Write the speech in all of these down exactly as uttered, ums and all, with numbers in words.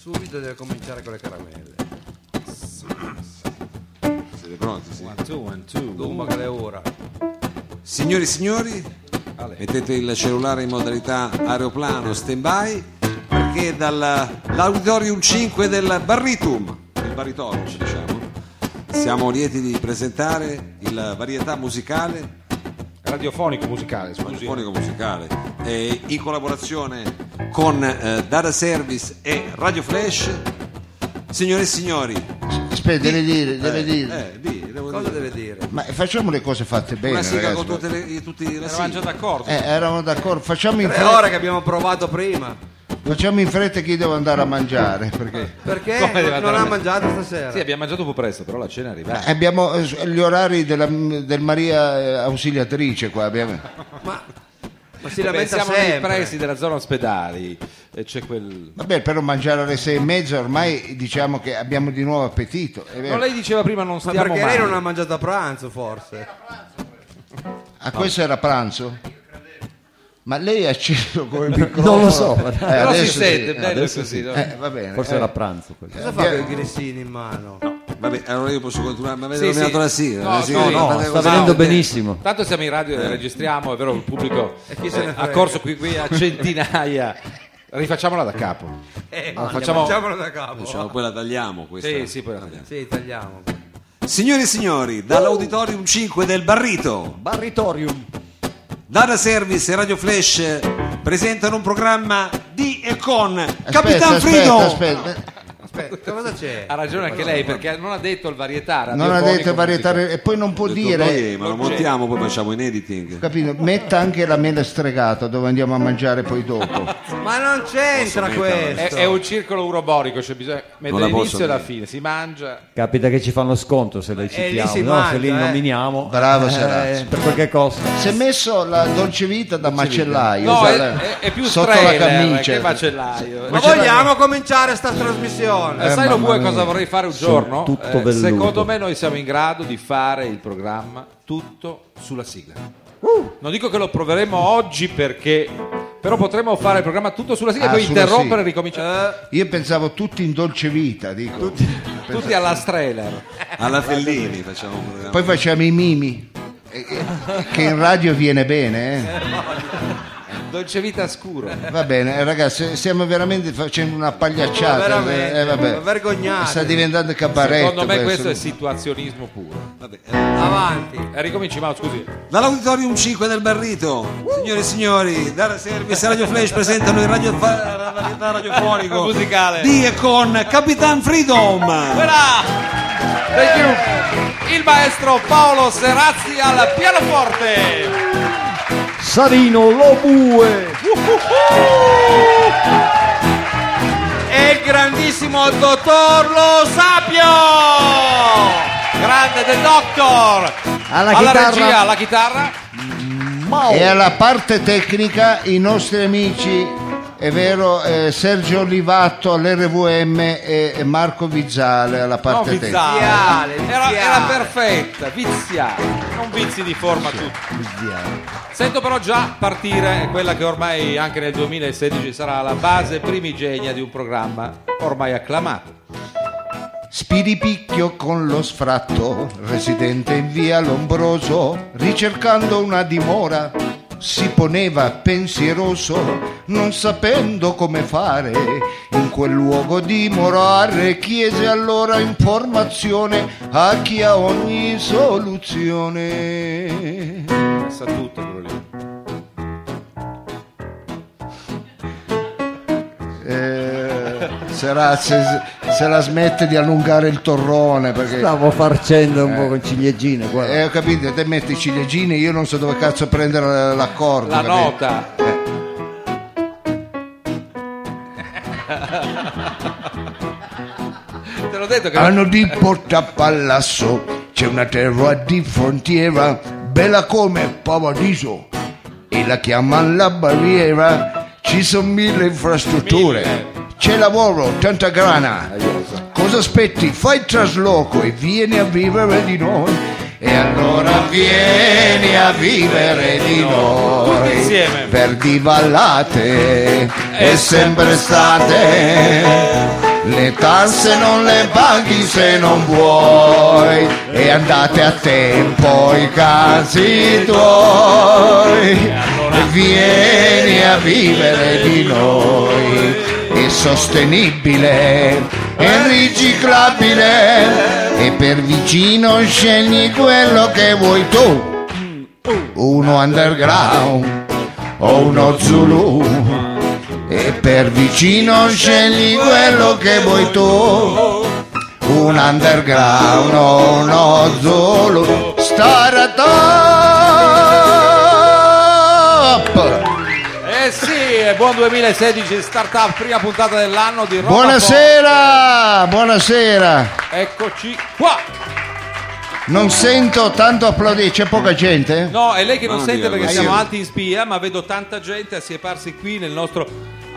Subito deve cominciare con le caramelle. Siete pronti? Sì. One, two, one, two. Dumma che è ora. Signori e signori, Ale. mettete il cellulare in modalità aeroplano stand by, perché dall'Auditorium cinque del Barritum, del Baritorium diciamo, siamo lieti di presentare il varietà musicale Radiofonico musicale, scusi. radiofonico musicale eh, in collaborazione con eh, Data Service e Radio Flash. Signore e signori, Aspetta, deve dire, deve eh, dire. eh, di, devo Cosa dire. deve dire? Ma facciamo le cose fatte bene, Una sigla ragazzi. con tutte le, tutti le Eravamo già sigle. d'accordo. Eh, eravamo d'accordo. Facciamo in Tre fretta, ore che abbiamo provato prima. facciamo in fretta chi deve andare a mangiare, perché Perché Come deve non, andare non ha a- mangiato stasera? Sì, abbiamo mangiato un po' presto, però la cena è arrivata. abbiamo eh, gli orari della, del Maria eh, Ausiliatrice qua. Abbiamo... Ma, ma si lamenta Pensiamo nei sempre. pressi della zona ospedali e c'è quel... Vabbè, però mangiare alle sei e mezza ormai diciamo che abbiamo di nuovo appetito. È vero? No, lei diceva prima non Ma stiamo perché male. lei non ha mangiato a pranzo forse? Ah, questo era pranzo? Ma lei ha acceso come microfono? Non lo so, Eh, Però si adesso sì. sente, bello adesso così. sì. no? Eh, va bene. Forse eh. era pranzo quello. Cosa fa con i grissini in mano? Vabbè, allora io posso continuare, ma avete Sì, nominato sì. la sigla. No, la sigla no, che no, fate sta così. venendo No, benissimo. Tanto siamo in radio e registriamo, è vero, il pubblico E chi se ne è frega? accorso qui, qui a centinaia. Rifacciamola da capo. Eh, No, no, facciamo- facciamolo da capo. Diciamo, poi la tagliamo questa. Sì, sì, poi la tagliamo. Sì, tagliamo. Signori e signori, dall'Auditorium cinque del Barrito, Barritorium. Data Service e Radio Flash presentano un programma di e con Aspetta, Capitan aspetta, Freedom. aspetta. Aspetta, cosa c'è? Ha ragione anche lei perché non ha detto il varietà. Non ha radiofonico detto varietà musicale. e poi non può Ho detto, dire, noi, ma lo montiamo, poi facciamo in editing. capito? Metta anche la mela stregata dove andiamo a mangiare poi dopo. Ma non c'entra Posso metterla? È, questo. è un circolo uroborico, cioè bisogna mettere la posso l'inizio e la dire. fine. Si mangia. Capita che ci fanno sconto se le lì citiamo, si no? mangia, se li eh. nominiamo. Bravo, eh, Serazzi. per quel che costa. Si è messo la dolce vita da macellaio, No, è, sai, è- è più sotto trailer la camicia. che macellaio. Ma vogliamo cominciare sta trasmissione? Eh, sai lo mamma vuoi mia. cosa vorrei fare un Sono giorno? tutto Eh, velluto. secondo me noi siamo in grado di fare il programma tutto sulla sigla. Non dico che lo proveremo oggi perché però potremmo fare il programma tutto sulla sigla Ah, e poi sulla interrompere sigla. e ricominciare Io pensavo tutti in dolce vita, dico. tutti alla Streller. Alla Fellini facciamo un programma. Poi facciamo i mimi, eh, eh, che in radio viene bene, eh. Dolce vita scuro. Va bene, ragazzi, stiamo veramente facendo una pagliacciata. Ma veramente, eh, vabbè. ma vergognate. Sta diventando cabaretto. Secondo me questo è situazionismo puro. Vabbè, eh. Avanti. E ricominci, Mao, scusi. Dall'Auditorium cinque del Barrito, signore e signori, Data Service e Radio Flash presentano il radio la varietà radiofonico Musicale. di e con Capitan Freedom. Voilà! Thank you. Il maestro Paolo Serazzi al pianoforte. Savino Lobue. E il grandissimo dottor Lo Sapio. Grande The Doctor. Alla alla chitarra. regia, alla chitarra. Mao. E alla parte tecnica i nostri amici, è vero, eh, Sergio Olivatto all'R V M e, e Marco Vizzale alla Non parte tecnica. viziale. Viziale, Era, viziale. era perfetta, viziale. Non vizi di forma tutti. Sento però già partire quella che ormai anche nel duemilasedici sarà la base primigenia di un programma ormai acclamato. Spiripicchio con lo sfratto, residente in via Lombroso, ricercando una dimora, si poneva pensieroso, non sapendo come fare in quel luogo dimorare, chiese allora informazione a chi ha ogni soluzione. Sa tutto quello lì. Eh, sarà se, se la smette di allungare il torrone perché Stavo farcendo un po' con ciliegine. Guarda. eh, ho capito, te metti i ciliegini, io non so dove cazzo prendere l'accordo, La capito? nota. Te l'ho detto che Hanno di Porta Palazzo c'è una terra di frontiera bella come Paradiso e la chiamano la barriera, ci sono mille infrastrutture, Mille. c'è lavoro, tanta grana, cosa aspetti? Fai il trasloco e vieni a vivere di noi. E allora vieni a vivere di noi, Tutti insieme. verdi vallate e sempre estate, le tasse non le paghi se non vuoi, e andate a tempo i casi tuoi, e vieni a vivere di noi, è sostenibile, è riciclabile, e per vicino scegli quello che vuoi tu, uno underground o uno Zulu, e per vicino scegli quello che vuoi tu, un underground o uno Zulu. Startup! Eh sì, e buon duemilasedici Startup, prima puntata dell'anno di Roma. Buonasera, buonasera. Eccoci qua. Non sento tanto applaudire, c'è poca gente? No, è lei che non Mamma sente mia, perché ma siamo io- alti in spia, ma vedo tanta gente assieparsi qui nel nostro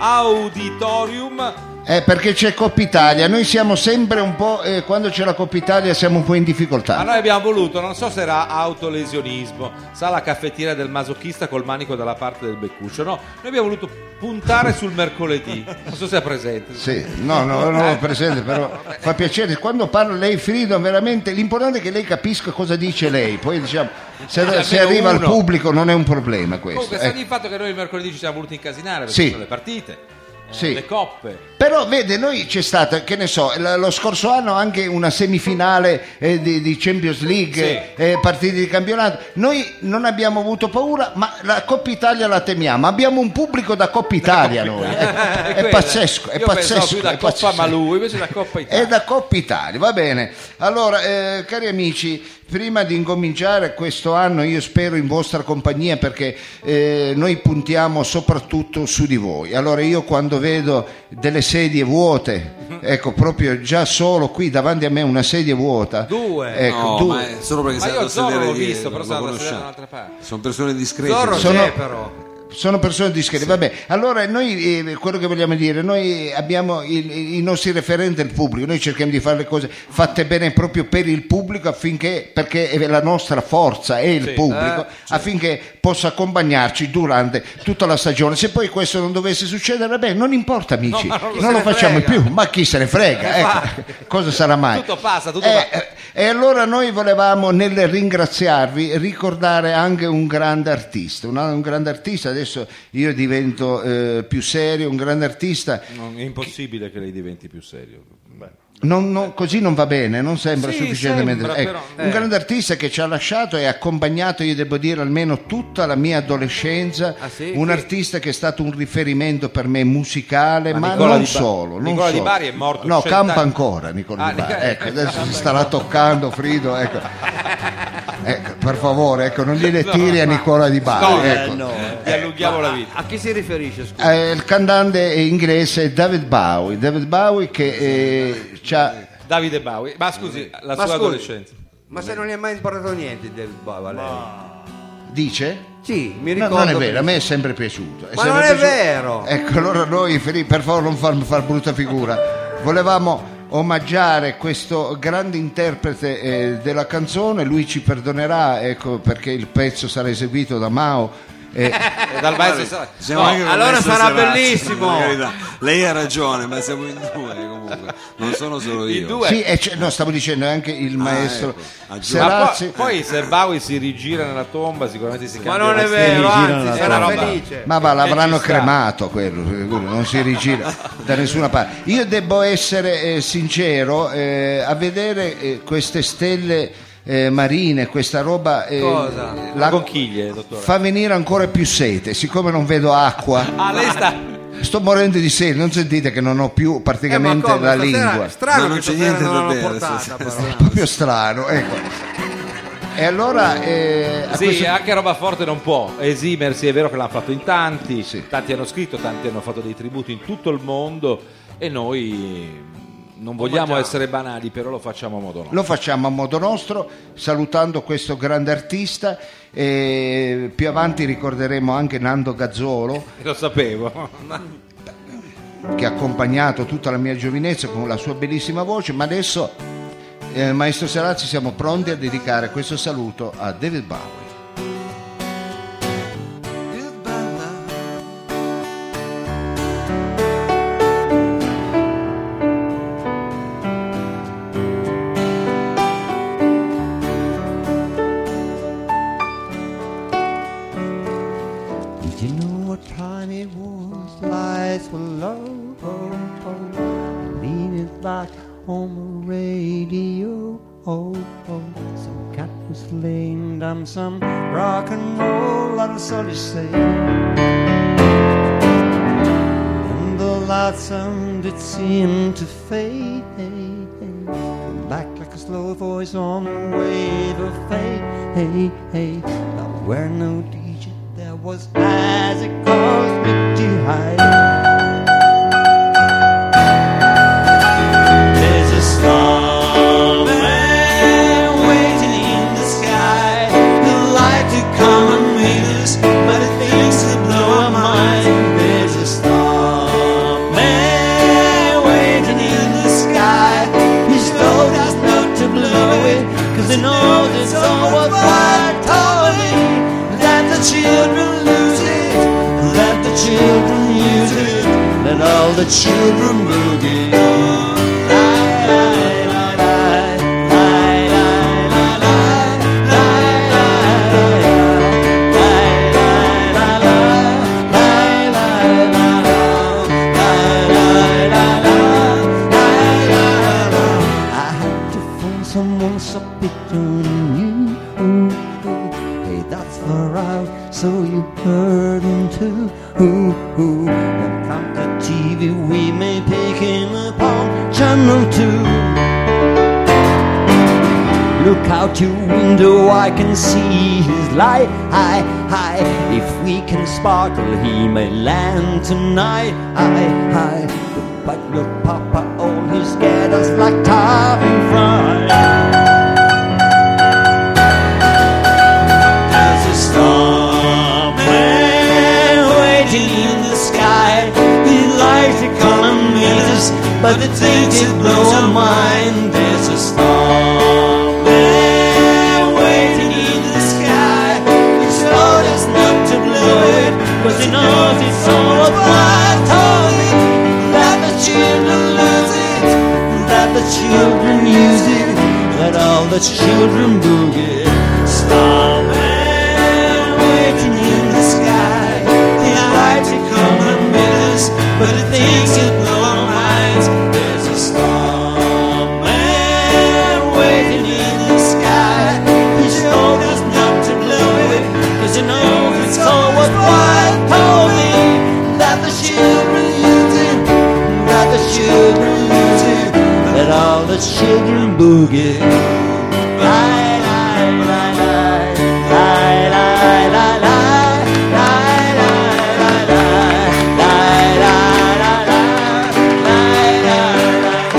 auditorium. Eh, perché c'è Coppa Italia, noi siamo sempre un po', eh, quando c'è la Coppa Italia siamo un po' in Ma difficoltà. noi abbiamo voluto, non so se era autolesionismo, sa la caffettiera del masochista col manico dalla parte del beccuccio, no? Noi abbiamo voluto puntare sul mercoledì, non so se è presente. Sì, no, no, non ho presente, però fa piacere. Quando parla lei Frido, veramente l'importante è che lei capisca cosa dice lei, poi diciamo, se, Almeno se arriva al uno. pubblico non è un problema questo. Comunque sta ecco. di fatto che noi il mercoledì ci siamo voluti incasinare perché Sì. ci sono le partite, eh, Sì. le coppe. Però vede, noi c'è stata, che ne so, l- lo scorso anno anche una semifinale eh, di, di Champions League, Sì. eh, partite di campionato. Noi non abbiamo avuto paura, ma la Coppa Italia la temiamo. Abbiamo un pubblico da Coppa Italia noi. È, è quella. pazzesco, è Io pensavo pazzesco. più da è Coppa pazzesco. Malù, invece da Coppa Italia. È da Coppa Italia, va bene. Allora, eh, cari amici, prima di incominciare questo anno io spero in vostra compagnia perché eh, noi puntiamo soprattutto su di voi. Allora io quando vedo delle sedie vuote, ecco proprio già solo qui davanti a me una sedia vuota. Due. Ecco, No, due. ma è solo perché Ma sei io andato a Zorro sedere l'ho dietro, visto, però lo stava conosciamo. sedendo da un'altra parte. Sono persone discrete. Zorro Sono- c'è però. Sono persone discrete, vabbè. Allora noi eh, quello che vogliamo dire, noi abbiamo il- i nostri referenti del pubblico, noi cerchiamo di fare le cose fatte bene proprio per il pubblico affinché, perché è la nostra forza è il Sì. pubblico, Eh, affinché possa accompagnarci durante tutta la stagione. Se poi questo non dovesse succedere, beh, non importa amici, No, ma non non, se lo ne facciamo frega. più, ma chi se ne frega, ecco. Cosa sarà mai? Tutto passa, tutto Eh, va. eh, E allora noi volevamo nel ringraziarvi ricordare anche un grande artista, un, un grande artista, adesso io divento eh, più serio, un grande artista, Non- è impossibile che lei diventi più serio. Beh. non- non- così non va bene, non sembra Sì, sufficientemente. sembra, ecco, però, un eh. grande artista che ci ha lasciato e accompagnato, io devo dire, almeno tutta la mia adolescenza, Ah, sì? un Chi? artista che è stato un riferimento per me musicale, Ma ma, Nicola non Di Ba- solo. non Nicola Di solo. Bari è morto No, cent'anni- campa ancora Nicola Ah, Di Bari. Nicola- Ecco, adesso si starà toccando Frido, ecco. Ecco, per favore, ecco, non gliele tiri a Nicola Di Bari. No, ecco. Eh, no. Ti allunghiamo la vita. A chi si riferisce? Scusa? Eh, il cantante inglese David Bowie, David Bowie che eh, c'ha- Davide Bowie. Ma scusi, la Ma sua scusi, adolescenza. Ma se non gli è mai importato niente di David Bowie a lei? dice? Sì, mi No, ricordo. non è che- vero, a me è sempre piaciuto. Ma sempre non è piaciuto. vero. Ecco, allora noi, Feli, per favore non farmi far brutta figura, volevamo omaggiare questo grande interprete eh, della canzone, lui ci perdonerà, ecco, perché il pezzo sarà eseguito da Mao. eh, E dal maestro Sala- Siamo No, anche con allora Maestro sarà Serazzi, bellissimo. per carità. Lei ha ragione, ma siamo in due comunque, non sono solo io. In due. sì, e c'è- no, stavo dicendo anche il maestro ecco, ha Ma Serazzi. poi, poi se Bowie si rigira nella tomba sicuramente si Ma cambia non è vestito. vero, girano anzi, la sarà roba. felice. Ma va, l'avranno ci sta. cremato quello, quello non si rigira da nessuna parte. Io devo essere eh, sincero, eh, a vedere eh, queste stelle eh, marine, questa roba eh, Cosa? La conchiglie, dottore. fa venire ancora più sete, siccome non vedo acqua. Ah, lei sta... Sto morendo di sete, non sentite che non ho più praticamente Eh, ma come? la Stasera- lingua. Strano No, non che c'è stasera niente non da l'hanno bere, portata, sì, sì. però. È proprio strano, ecco. E allora eh, a Sì, questo- anche roba forte non può esimersi, è vero che l'hanno fatto in tanti, Sì. tanti hanno scritto, tanti hanno fatto dei tributi in tutto il mondo e noi non vogliamo essere banali, però lo facciamo a modo nostro. Lo facciamo a modo nostro, salutando questo grande artista. E più avanti ricorderemo anche Nando Gazzolo, Lo sapevo. che ha accompagnato tutta la mia giovinezza con la sua bellissima voce. Ma adesso, eh, maestro Serazzi, siamo pronti a dedicare questo saluto a David Bowie. oh, oh, oh. Leave it back on the radio, oh, oh. Some cat was laying down some rock and roll, that's all you say. And the loud sound it seemed to fade, came back like a slow voice on a wave of fate. Hey, hey, there were no D J, there was Isaac Cosmic Jihad. There's a storm waiting in the sky, the light to come and meet us, but it thinks to blow our mind. There's a storm waiting in the sky, he's told us not to blow it, cause he knows it's all worthwhile. Told me that the children lose it, let the children use it, let all the children boogie. Someone so bitter and you, hey, that's far out, so you heard him too. Ooh, ooh. And from the T V we may pick him upon channel two. Look out your window, I can see his light. High, high. If we can sparkle, he may land tonight. High, high. But look, Papa, all he scared us like tar and fry. There's a storm waiting in the sky. He'd like to come and meet us, but it thinks it blows our mind. There's a storm waiting in the sky. He's told us not to blow it, cause he knows it's all about. Told me that the children lose it, that the children use it, that all the children boogie. Starman waiting in the sky, he'd like to come and meet us, but he thinks he'll blow our minds. There's a starman waiting in the sky, he showed us not to blow it, cause he knows it's all worthwhile. Told me that the children use it, that the children use it, that all the children boogie. Lie, lie, lie, lie, lie, lie, lie, lie, lie, lie, lie, lie, lie, lie,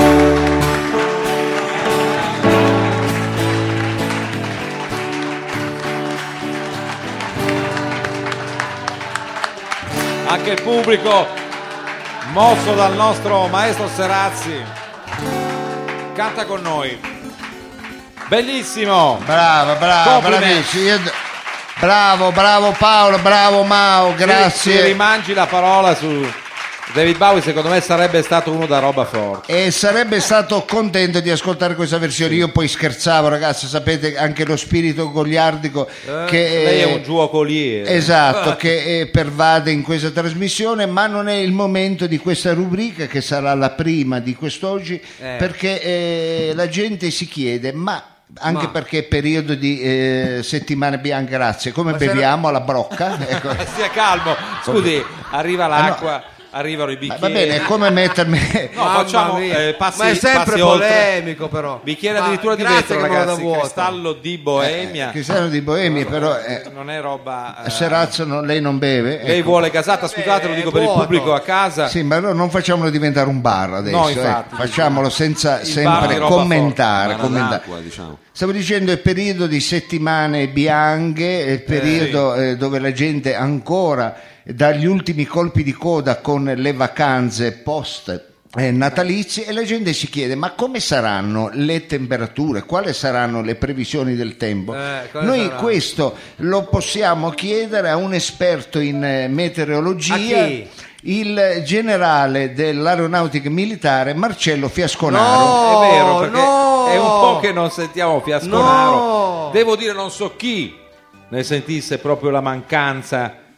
Anche il pubblico, mosso dal nostro maestro Serazzi, canta con noi. Bellissimo. Bravo, bravo, Complimenti. bravissimo. Io- Bravo, bravo Paolo, bravo Mao, grazie. Se rimangi la parola su David Bowie, secondo me sarebbe stato uno da roba forte. E sarebbe stato contento di ascoltare questa versione. Io poi scherzavo, ragazzi, sapete anche lo spirito goliardico Eh, che lei è un giuocoliere. esatto, che eh, pervade in questa trasmissione, ma non è il momento di questa rubrica che sarà la prima di quest'oggi, Eh. perché eh, la gente si chiede, ma anche Ma- perché è periodo di eh, settimane bianche, grazie, come Ma se beviamo alla brocca? Ecco. Eh, Stia calmo, scusi, arriva l'acqua, arrivano i Ma bicchieri. va bene, è come mettermi No, Mamma facciamo mia. eh, passi, ma è sempre passi oltre. polemico però. Bicchiere Ma addirittura di grazie vetro, che me lo dà ragazzi, vuoto. cristallo di Boemia. Eh, Cristiano di Boemia, però eh, non è roba. eh, Serazzo non- lei non beve? Lei Ecco. vuole gasata, scusate, lo Eh, dico per il vuoto. pubblico a casa. Sì, ma allora non facciamolo diventare un bar adesso, No, eh. infatti. Facciamolo senza bar sempre di roba commentare, Guarda commentare. l'acqua, diciamo. Stavo dicendo, è periodo di settimane bianche, è il periodo eh, dove la gente ancora dagli ultimi colpi di coda con le vacanze post eh, natalizie, e la gente si chiede: ma come saranno le temperature, quali saranno le previsioni del tempo? Eh, quali Noi saranno? questo lo possiamo chiedere a un esperto in eh, meteorologia, A chi? il generale dell'aeronautica militare Marcello Fiasconaro. No, È vero, perché no. è un po' che non sentiamo Fiasconaro. No. Devo dire, non so chi ne sentisse proprio la mancanza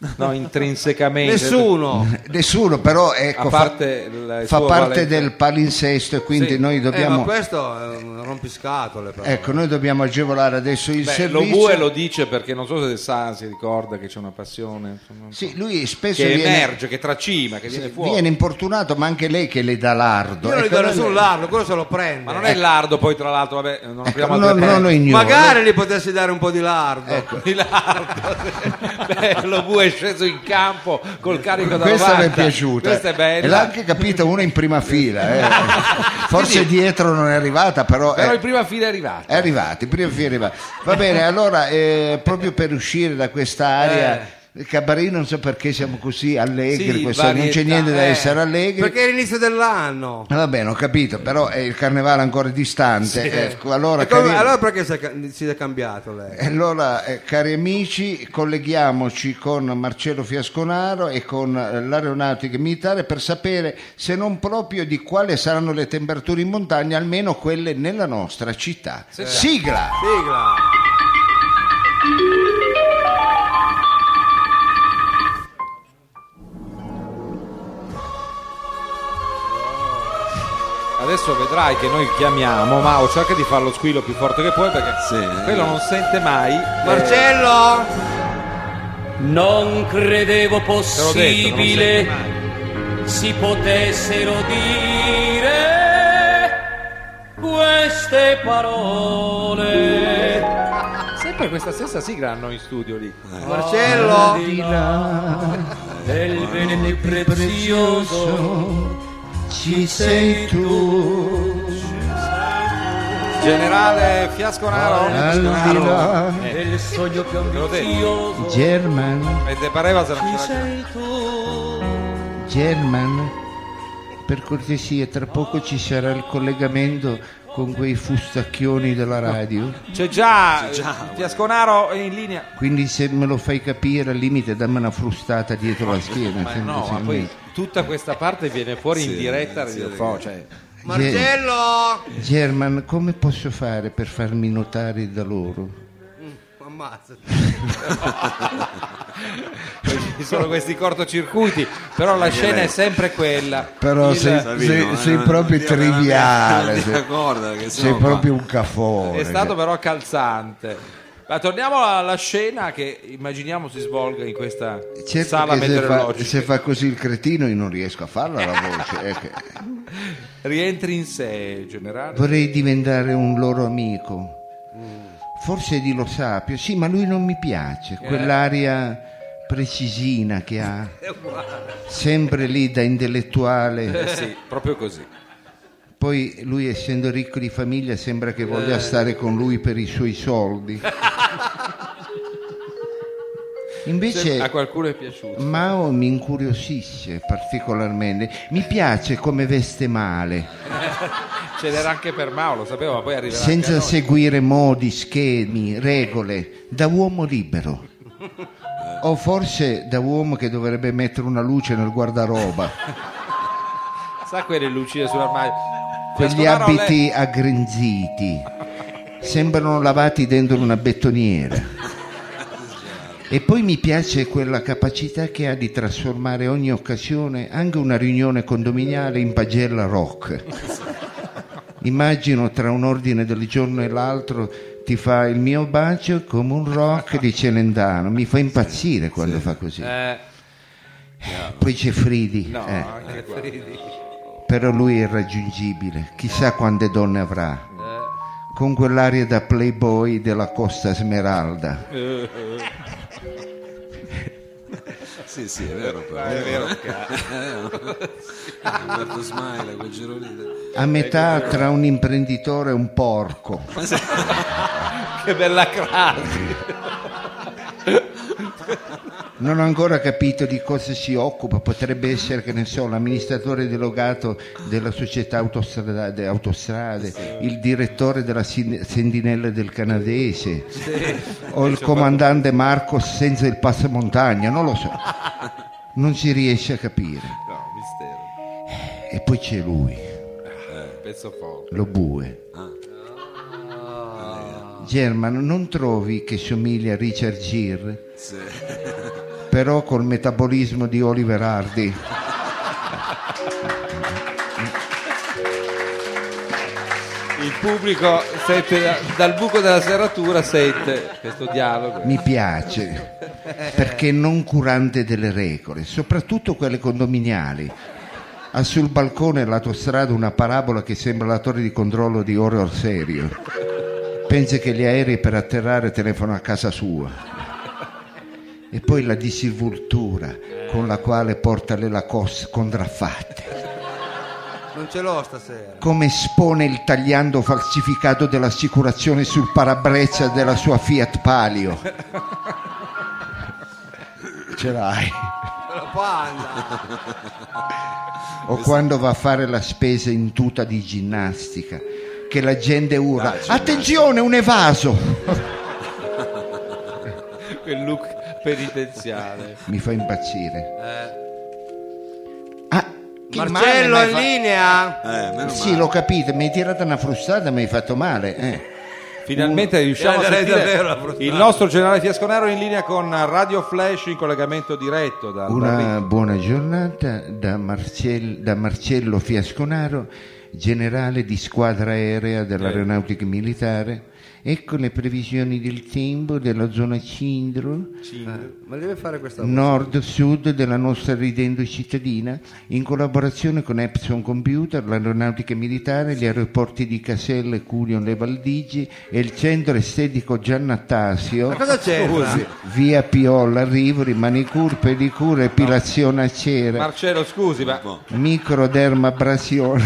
no, intrinsecamente. Nessuno. Nessuno, però ecco, A parte il- fa, il fa suo parte valente- del palinsesto e quindi Sì. noi Eh, dobbiamo ma questo è un rompiscatole. Però. ecco, noi dobbiamo agevolare adesso il Beh, servizio. Lobue lo dice perché non so se sa, si ricorda che c'è una passione, insomma, Sì, lui spesso che viene, emerge, che tracima, che viene fuori. viene importunato, ma anche lei che le dà lardo. Io non gli Ecco, do noi- nessun lardo, quello se lo prende. Ma non è lardo, poi tra l'altro, vabbè, non ecco, apriamo no, altre no, porte. lo ignoro. Magari gli potessi dare un po' di lardo. Ecco. Di lardo. Beh, Lobue è sceso in campo col carico da Questa mi è novanta. piaciuta Questa è e bella. l'ha anche capita una in prima fila, eh. Forse dietro non è arrivata, però, Però eh, in prima fila è arrivato. è arrivata, in prima fila è arrivata. Va bene, allora eh, proprio per uscire da questa area Cabaret, non so perché siamo così allegri, Sì, questo- non c'è varietà, niente da eh, essere allegri. Perché è l'inizio dell'anno. Va bene, ho capito, però è il carnevale ancora distante. Ecco, allora, E come- cari, allora perché si è, ca- si è cambiato lei? allora, eh, cari amici, colleghiamoci con Marcello Fiasconaro e con eh, l'aeronautica militare per sapere se non proprio di quali saranno le temperature in montagna, almeno quelle nella nostra città. Sigla! Sigla. Adesso vedrai che noi chiamiamo Mao, cerca di fare lo squillo più forte che puoi perché Sì, eh. quello non sente mai. Marcello! Non credevo Te l'ho detto, non possibile sente mai. si potessero dire queste parole. Sempre questa stessa sigla hanno in studio lì. Marcello! Di là, Del bene più prezioso ci sei tu, Generale Fiasconaro. al di là, del sogno più Te l'ho detto. ambizioso German, E te pareva se non ci c'era. sei tu. German, per cortesia, tra poco ci sarà il collegamento con quei fustacchioni della radio, C'è già, Fiasconaro è in linea. quindi se me lo fai capire al limite dammi una frustata dietro la schiena. Ma no, ma semplicemente. poi tutta questa parte viene fuori in Sì, diretta sì, radiofo- cioè, Marcello! German, come posso fare per farmi notare da loro? Ammazza. ci sono questi cortocircuiti, però la scena è sempre quella. Però Il- sei, Savino, sei- sei eh, proprio Dio, triviale, veramente, sei, d'accordo, che sei siamo qua. proprio un cafone. È stato però calzante. Ma torniamo alla scena che immaginiamo si svolga in questa Certo sala che se fa, meteorologica. se fa così il cretino io non riesco a farla la voce. è che Rientri in sé, generale. vorrei diventare un loro amico. Forse di Lo Sapio, sì, ma lui non mi piace, quell'aria precisina che ha, sempre lì da intellettuale. Eh sì, proprio così. Poi lui, essendo ricco di famiglia, sembra che voglia stare con lui per i suoi soldi. Invece A qualcuno è piaciuto. Mao mi incuriosisce particolarmente, mi piace come veste male, Ce n'era anche per Mao, lo sapevo, ma poi arriverà senza anche a noi. seguire modi, schemi, regole, da uomo libero. O forse da uomo che dovrebbe mettere una luce nel guardaroba, Sa quelle lucine sull'armadio. quegli Fiasconaro, abiti lei- aggrinziti, sembrano lavati dentro una bettoniera. E poi mi piace quella capacità che ha di trasformare ogni occasione, anche una riunione condominiale, in pagella rock. Immagino tra un ordine del giorno e l'altro ti fa il mio bacio come un rock di Celentano, mi fa impazzire quando fa così. Eh, Poi c'è Fridi, no, eh, anche Fridi. però lui è irraggiungibile, chissà quante donne avrà, con quell'aria da playboy della Costa Smeralda. Sì, sì, è vero, però. È vero. Alberto Smile, quel giro lì. A metà tra un imprenditore e un porco. Che bella crasi. Non ho ancora capito di cosa si occupa, potrebbe essere, che ne so, l'amministratore delegato della società autostrade, autostrade il direttore della Sin- Sentinella del Canadese, o il comandante Marcos senza il passamontagna, non lo so. Non si riesce a capire. No, mistero. E poi c'è lui, Pezzo forte. lo bue. German, non trovi che somiglia a Richard Gere? però col metabolismo di Oliver Hardy. Il pubblico sente da- dal buco della serratura sente questo dialogo. Mi piace perché è non curante delle regole, soprattutto quelle condominiali. Ha sul balcone lato strada una parabola che sembra la torre di controllo di horror serio. Pensa che gli aerei per atterrare telefonano a casa sua. E poi la disinvoltura con la quale porta le Lacoste contraffatte. Non ce l'ho stasera. Come espone il tagliando falsificato dell'assicurazione sul parabrezza della sua Fiat Palio. Ce l'hai. La panda. O quando va a fare la spesa in tuta di ginnastica, che la gente urla: attenzione, un evaso! Quel look penitenziale. Mi fa impazzire. Eh. Ah, che Marcello male in m'hai fa- linea. Eh, meno Sì, male. l'ho capito, mi hai tirato una frustata, mi hai fatto male. Eh. Finalmente riusciamo a Eh, lei davvero sentire la frustata. il nostro generale Fiasconaro in linea con Radio Flash in collegamento diretto dal Una buona giornata da, Marcel- da Marcello Fiasconaro, generale di squadra aerea dell'aeronautica militare. Ecco le previsioni del tempo della zona Cindro, Ma deve fare questa voce. nord-sud della nostra ridendo cittadina, in collaborazione con Epson Computer, l'aeronautica militare, gli aeroporti di Caselle, Curion, Le Valdigi e il centro estetico Giannattasio. Ma cosa c'entra? Via Piolla, Rivoli, manicure, pedicure, epilazione a cera, Marcello, scusi, ma microdermabrasione.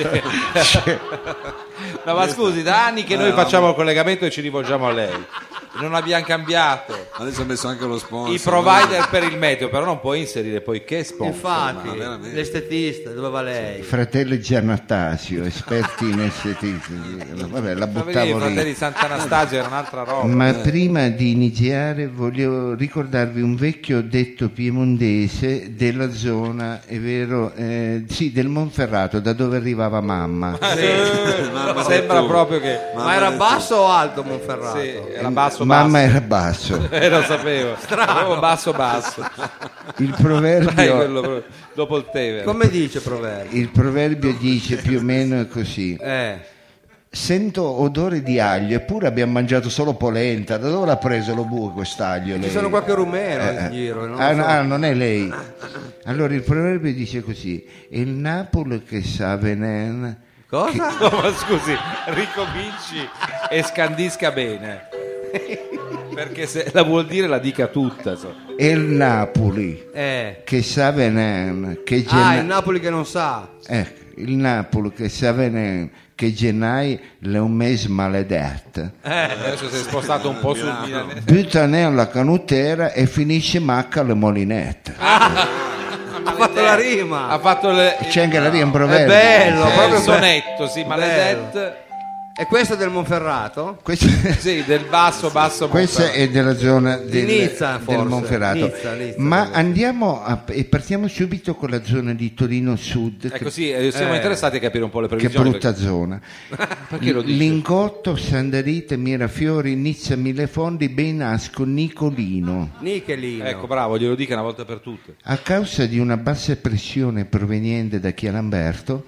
No, ma scusi, da anni che noi facciamo il collegamento e ci rivolgiamo a lei. Non abbiamo cambiato Adesso ha messo anche lo sponsor. i provider per il meteo, però non puoi inserire poi che sponsor. Infatti, ma veramente. l'estetista, dove va lei? Fratello Giannattasio, esperti in estetismo. Vabbè, la Ma vedi, i buttavo fratelli lì. Sant'Anastasio era un'altra roba. Ma prima di iniziare voglio ricordarvi un vecchio detto piemontese della zona, è vero, eh, sì, del Monferrato, da dove arrivava mamma. Mamma Sembra tu. proprio che Ma era basso o alto Monferrato? sì, era basso Mamma basso. era basso. Eh, lo sapevo. Sapevo basso basso. Il Dai, proverbio, quello proprio- dopo il Tevere. Come dice proverbio? il proverbio dice più o meno così: Eh. sento odore di aglio, eppure abbiamo mangiato solo polenta. Da dove l'ha preso lo bue quest'aglio? Ci lei? sono qualche rumeno Eh, in giro. Non, ah, lo no, so. ah, non è lei. Allora il proverbio dice così: è il Napoli che sa venen. Cosa? No, ma scusi, ricominci e scandisca bene. Perché se la vuol dire la dica tutta. so. È il Napoli Eh. che sa venen. Che Ah, genna- il Napoli che non sa. Ecco, il Napoli che sa venen. Che gennaio è un mese maledetto. Adesso si è spostato un po' sul milanese. Butta nella canotera e finisce macca alle molinette. Ha fatto la rima. Ha fatto le, C'è anche la rima in È proverbio. bello, eh, proprio il sonetto, sì, bello. maledetto. E questo è del Monferrato? Questo, Sì, del basso, basso. questa Monferrato. è della zona del, Nizza, forse. del Monferrato. Nizza, Nizza, Ma forse. andiamo a, e partiamo subito con la zona di Torino Sud. Ecco, che, sì, eh, siamo Eh. interessati a capire un po' le che previsioni. brutta zona. Perché lo dice? Lingotto, Sandarite, Mirafiori, Nizza, Millefondi, Benasco, Nicolino. Nichelino. Ecco, bravo, glielo dica una volta per tutte. A causa di una bassa pressione proveniente da Chialamberto,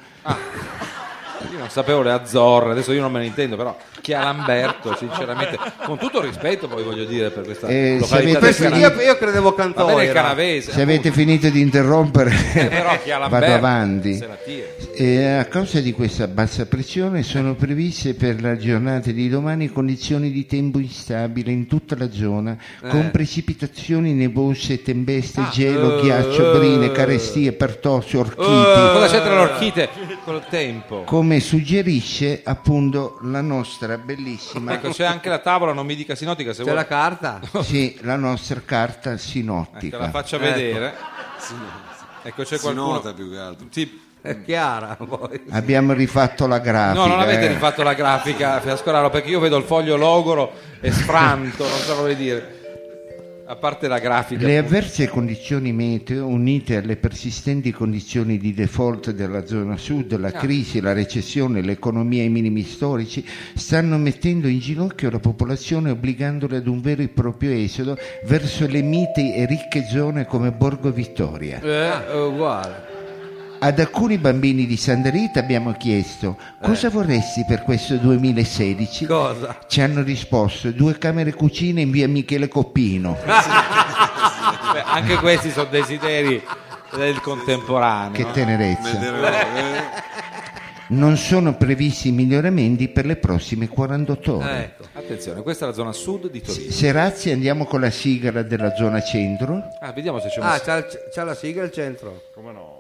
Io non sapevo le Azzorre, adesso io non me ne intendo, però chi ha Lamberto, sinceramente, con tutto il rispetto poi voglio dire per questa Eh, se località avete- del Questo- Canavese. io, io credevo Va bene il Cantoira. Canavese, se avete finito di interrompere, appunto, però chi ha Lamberto vado avanti. se la tira. E a causa di questa bassa pressione sono previste per la giornata di domani condizioni di tempo instabile in tutta la zona, con precipitazioni nevose, tempeste, gelo, eh, ghiaccio, eh. brine, carestie, pertossi, orchiti, Cosa c'entra l'orchite col tempo? come suggerisce appunto la nostra bellissima, Ecco, c'è anche la tavola, non mi dica sinottica se C'è vuoi. la carta? sì, la nostra carta Ecco, sinottica. la faccia Ecco. vedere. Ecco, c'è Si qualcuno. nota più che altro. Sì. È chiara poi. Abbiamo rifatto la grafica. No, non avete eh. rifatto la grafica, Fiascolaro, perché io vedo il foglio logoro e sfranto, non so come dire. A parte la grafica. Le avverse condizioni meteo, unite alle persistenti condizioni di default della zona sud, la crisi, la recessione, l'economia ai minimi storici, stanno mettendo in ginocchio la popolazione, obbligandole ad un vero e proprio esodo verso le mite e ricche zone come Borgo Vittoria. Eh, è uguale. Ad alcuni bambini di Santa Rita abbiamo chiesto cosa vorresti per questo duemilasedici? Cosa? Ci hanno risposto due camere cucine in via Michele Coppino. Beh, anche questi sono desideri del contemporaneo. Che tenerezza. Vedere- eh, Non sono previsti miglioramenti per le prossime quarantotto ore. Ecco. Attenzione, questa è la zona sud di Torino. Serazzi, andiamo con la sigla della zona centro. Ah, vediamo se c'è un Ah, c'ha, c'ha la sigla al centro. Come no?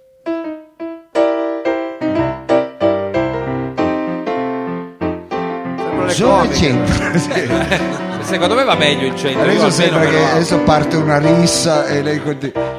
Sembrano le Zona comiche. centro. Sì. Secondo me va meglio il centro. Io Adesso almeno sembra me che lo- adesso parte una rissa e lei continua.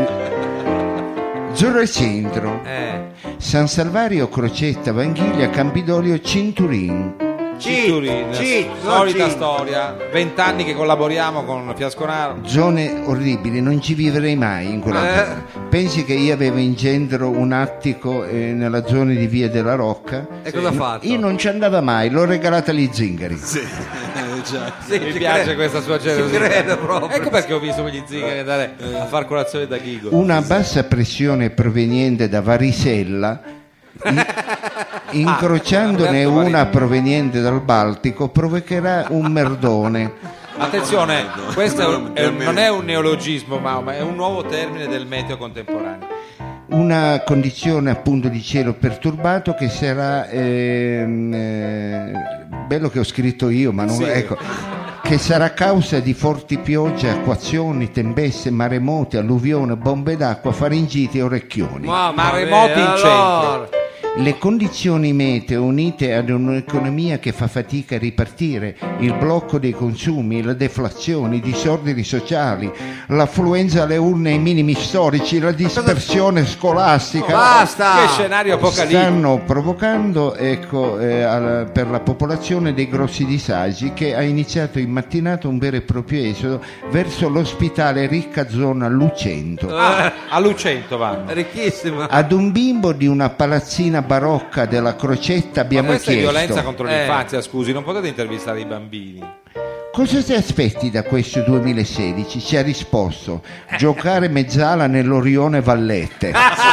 Zona centro. Eh. San Salvario, Crocetta, Vanghiglia, Campidoglio, Cinturin. Citurin, Cheat, no, solita cheat. storia. Vent'anni che collaboriamo con Fiasconaro. Zone orribili, non ci vivrei mai in quella Eh. zona. Pensi che io avevo in Gendro un attico eh, nella zona di Via della Rocca? E cosa ha fatto? Io non ci andava mai, l'ho regalata agli zingari. sì, eh, già. Sì, Mi ci piace credo. questa sua Ci generosità. credo proprio. Ecco perché ho visto quegli zingari andare a far colazione da Ghigo. Una bassa pressione proveniente da Varisella, in- incrociandone Alberto una Varisella. proveniente dal Baltico, provocherà un merdone. Attenzione, questo è un- è un- non è un neologismo, ma ma è un nuovo termine del meteo contemporaneo. Una condizione appunto di cielo perturbato che sarà ehm, eh, bello che ho scritto io, ma non Sì. ecco, che sarà causa di forti piogge, acquazioni, tempeste, maremoti, alluvione, bombe d'acqua, faringiti e orecchioni. Mamma Maremoti mia, in centro. allora. Le condizioni meteo unite ad un'economia che fa fatica a ripartire, il blocco dei consumi, la deflazione, i disordini sociali, l'affluenza alle urne ai minimi storici, la dispersione scolastica Basta! Che scenario apocalittico. stanno provocando ecco, eh, alla- per la popolazione dei grossi disagi, che ha iniziato in mattinata un vero e proprio esodo verso l'ospitale ricca zona Lucento. Ah, a Lucento vanno. Ricchissima. Ad un bimbo di una palazzina barocca della Crocetta Ma abbiamo questa è chiesto violenza contro Eh. l'infanzia, scusi, non potete intervistare i bambini. cosa ti aspetti da questo duemilasedici? Ci ha risposto giocare mezzala nell'Orione Vallette.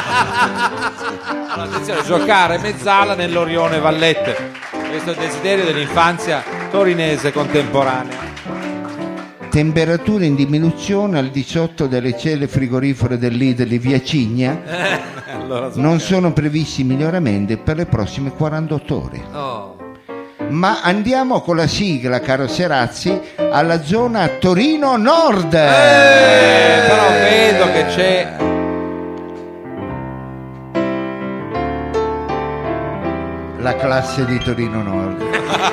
Allora, attenzione, giocare mezzala nell'Orione Vallette. Questo è il desiderio dell'infanzia torinese contemporanea. Temperature in diminuzione al di sotto delle celle frigorifere del Lidl di Via Cigna. Allora, so- Non sono previsti miglioramenti per le prossime quarantotto ore. Oh. Ma andiamo con la sigla, caro Serazzi, alla zona Torino Nord. Eh, però vedo che c'è La classe di Torino Nord.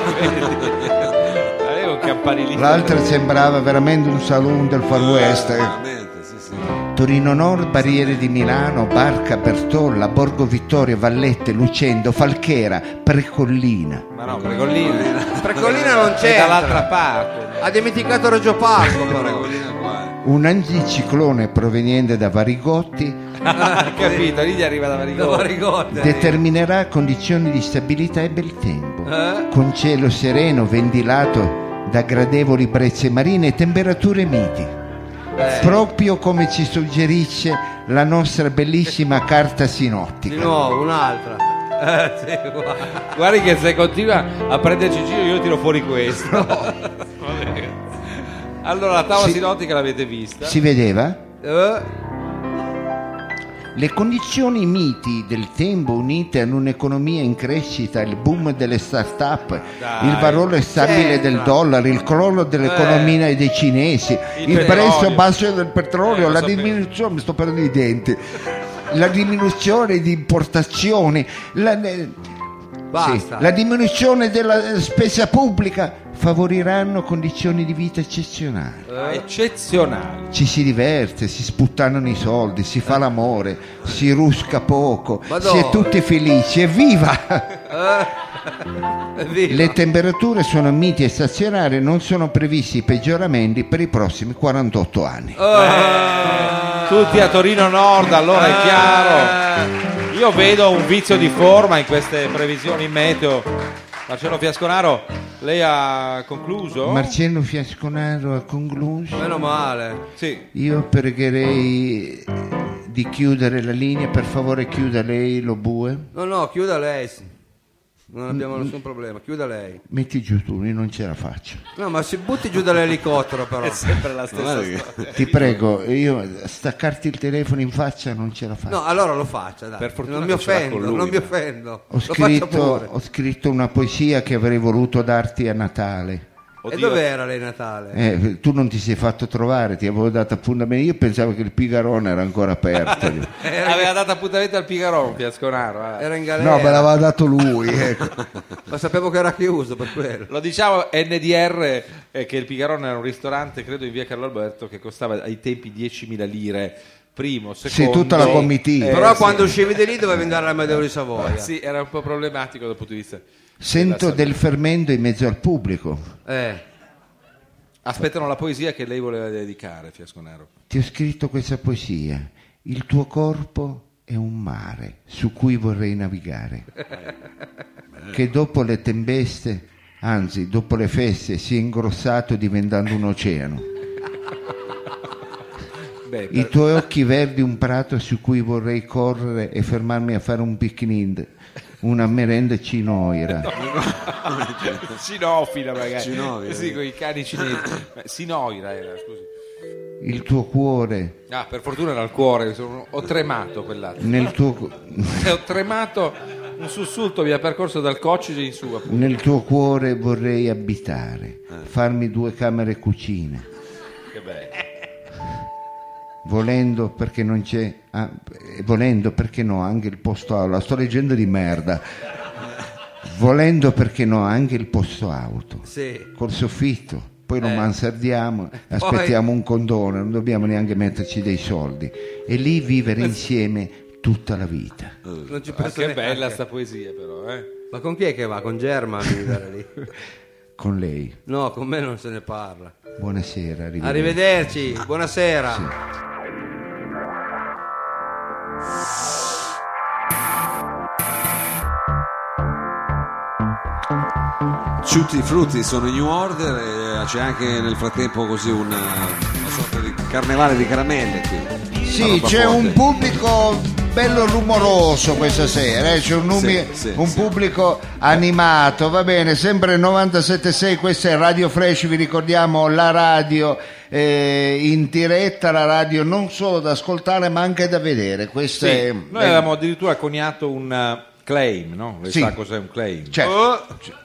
avevo un campanilino. L'altra sembrava veramente un saloon del Far West. eh. Veramente, sì, sì. Torino Nord, Barriere di Milano, Barca, Bertolla, Borgo Vittorio, Vallette, Lucendo, Falchera, Precollina. Ma no, Pregollina. Precollina non È c'è. dall'altra parte. Ha dimenticato Reggio Parco però. Regolina qua. Un anticiclone proveniente da Varigotti Hai capito? Lì gli arriva da Da Varigone. Varigotte. determinerà condizioni di stabilità e bel tempo, Eh? con cielo sereno ventilato da gradevoli brezze marine e temperature miti. Eh. Proprio come ci suggerisce la nostra bellissima carta Di sinottica. nuovo, un'altra. Eh, sì, guarda. Guardi che se continua a prenderci in giro io tiro fuori questo. Vabbè. Allora la tavola Si- sinottica l'avete vista? Si vedeva? Eh? Le condizioni miti del tempo unite ad un'economia in crescita, il boom delle start-up, Dai. il valore stabile C'entra. del dollaro, il crollo dell'economia dei cinesi, Il il, petrolio. prezzo basso del petrolio, Eh, lo la sapevo. diminuzione, mi sto perdendo i denti, la diminuzione di importazioni, la, eh, Basta. sì, la diminuzione della eh, spesa pubblica favoriranno condizioni di vita eccezionali. Ah, eccezionali. Ci si diverte, si sputtanano i soldi, si fa l'amore, si rusca poco, Ma si è dove? tutti felici, evviva! Eh? Evviva. Le temperature sono miti e stazionarie, non sono previsti peggioramenti per i prossimi quarantotto anni. Tutti a Torino Nord, allora è chiaro. Io vedo un vizio di forma in queste previsioni meteo. Marcello Fiasconaro, lei ha concluso? Marcello Fiasconaro ha concluso. Meno male. Sì. Io pregherei di chiudere la linea, per favore chiuda lei lo bue. No, no, chiuda lei. Non abbiamo nessun problema, chiuda lei. Metti giù tu, io non ce la faccio. No, ma si butti giù dall'elicottero però. È sempre la stessa Guarda che- storia. Ti prego, io staccarti il telefono in faccia non ce la faccio. No, allora lo faccia, dai. Per fortuna non mi che ce l'ha offendo, con lui, non mi ma- offendo. Ho Lo faccia scritto, pure. ho scritto una poesia che avrei voluto darti a Natale. E Oddio. dov'era lei Natale? Eh, tu non ti sei fatto trovare, ti avevo dato appuntamento. Io pensavo che il Pigarone era ancora aperto. Aveva dato appuntamento al Pigarone Fiasconaro. eh. Era in galera. No, me l'aveva dato lui. Ecco. Ma sapevo che era chiuso per quello. Lo diciamo N D R eh, che il Pigarone era un ristorante, credo in via Carlo Alberto, che costava ai tempi diecimila lire. Primo, secondo. Sì, tutta la comitiva. Eh, Però sì. quando uscivi di lì dovevi andare al Medeo di Savoia. Sì, era un po' problematico dal punto di vista. Sento del fermento in mezzo al pubblico. Eh. Aspettano la poesia che lei voleva dedicare, Fiasconaro. Ti ho scritto questa poesia. Il tuo corpo è un mare su cui vorrei navigare. Che dopo le tempeste, anzi dopo le feste, si è ingrossato diventando un oceano. Beh, I tuoi occhi verdi un prato su cui vorrei correre e fermarmi a fare un picnic, una merenda cinoira. Cinofila magari. Cinofila. Sì, con i cani cinesi. Beh, Sinoira era, scusi. Il tuo cuore, Ah, per fortuna era il cuore, sono- ho tremato quell'altro. nel tuo, E ho tremato, un sussulto mi ha percorso dal coccige in su. appunto. nel tuo cuore vorrei abitare, farmi due camere e cucine. Che bello. Volendo perché non c'è, ah, eh, volendo perché no anche il posto auto. Sto leggendo di merda. Volendo perché no anche il posto auto. Sì. Col soffitto, poi lo Eh. mansardiamo, aspettiamo un condono, non dobbiamo neanche metterci dei soldi e lì vivere insieme tutta la vita. Non ci Ma penso che neanche. bella sta poesia però, eh. Ma con chi è che va? Con Germa a vivere lì? Con lei. No, con me non se ne parla. Buonasera, arrivederci. Arrivederci, buonasera. Tutti i frutti sono in New Order e c'è anche nel frattempo così una, una sorta di carnevale di caramelle qui. Sì, c'è un pubblico bello rumoroso questa sera, eh? C'è un, numi- Sì, sì, un sì. pubblico animato, va bene, sempre novantasette sei, questa è Radio Fresh, vi ricordiamo la radio eh, in diretta, la radio non solo da ascoltare ma anche da vedere. Questa Sì, è, noi avevamo addirittura coniato un uh, claim, no? Lei Sì. sa cos'è un claim? certo.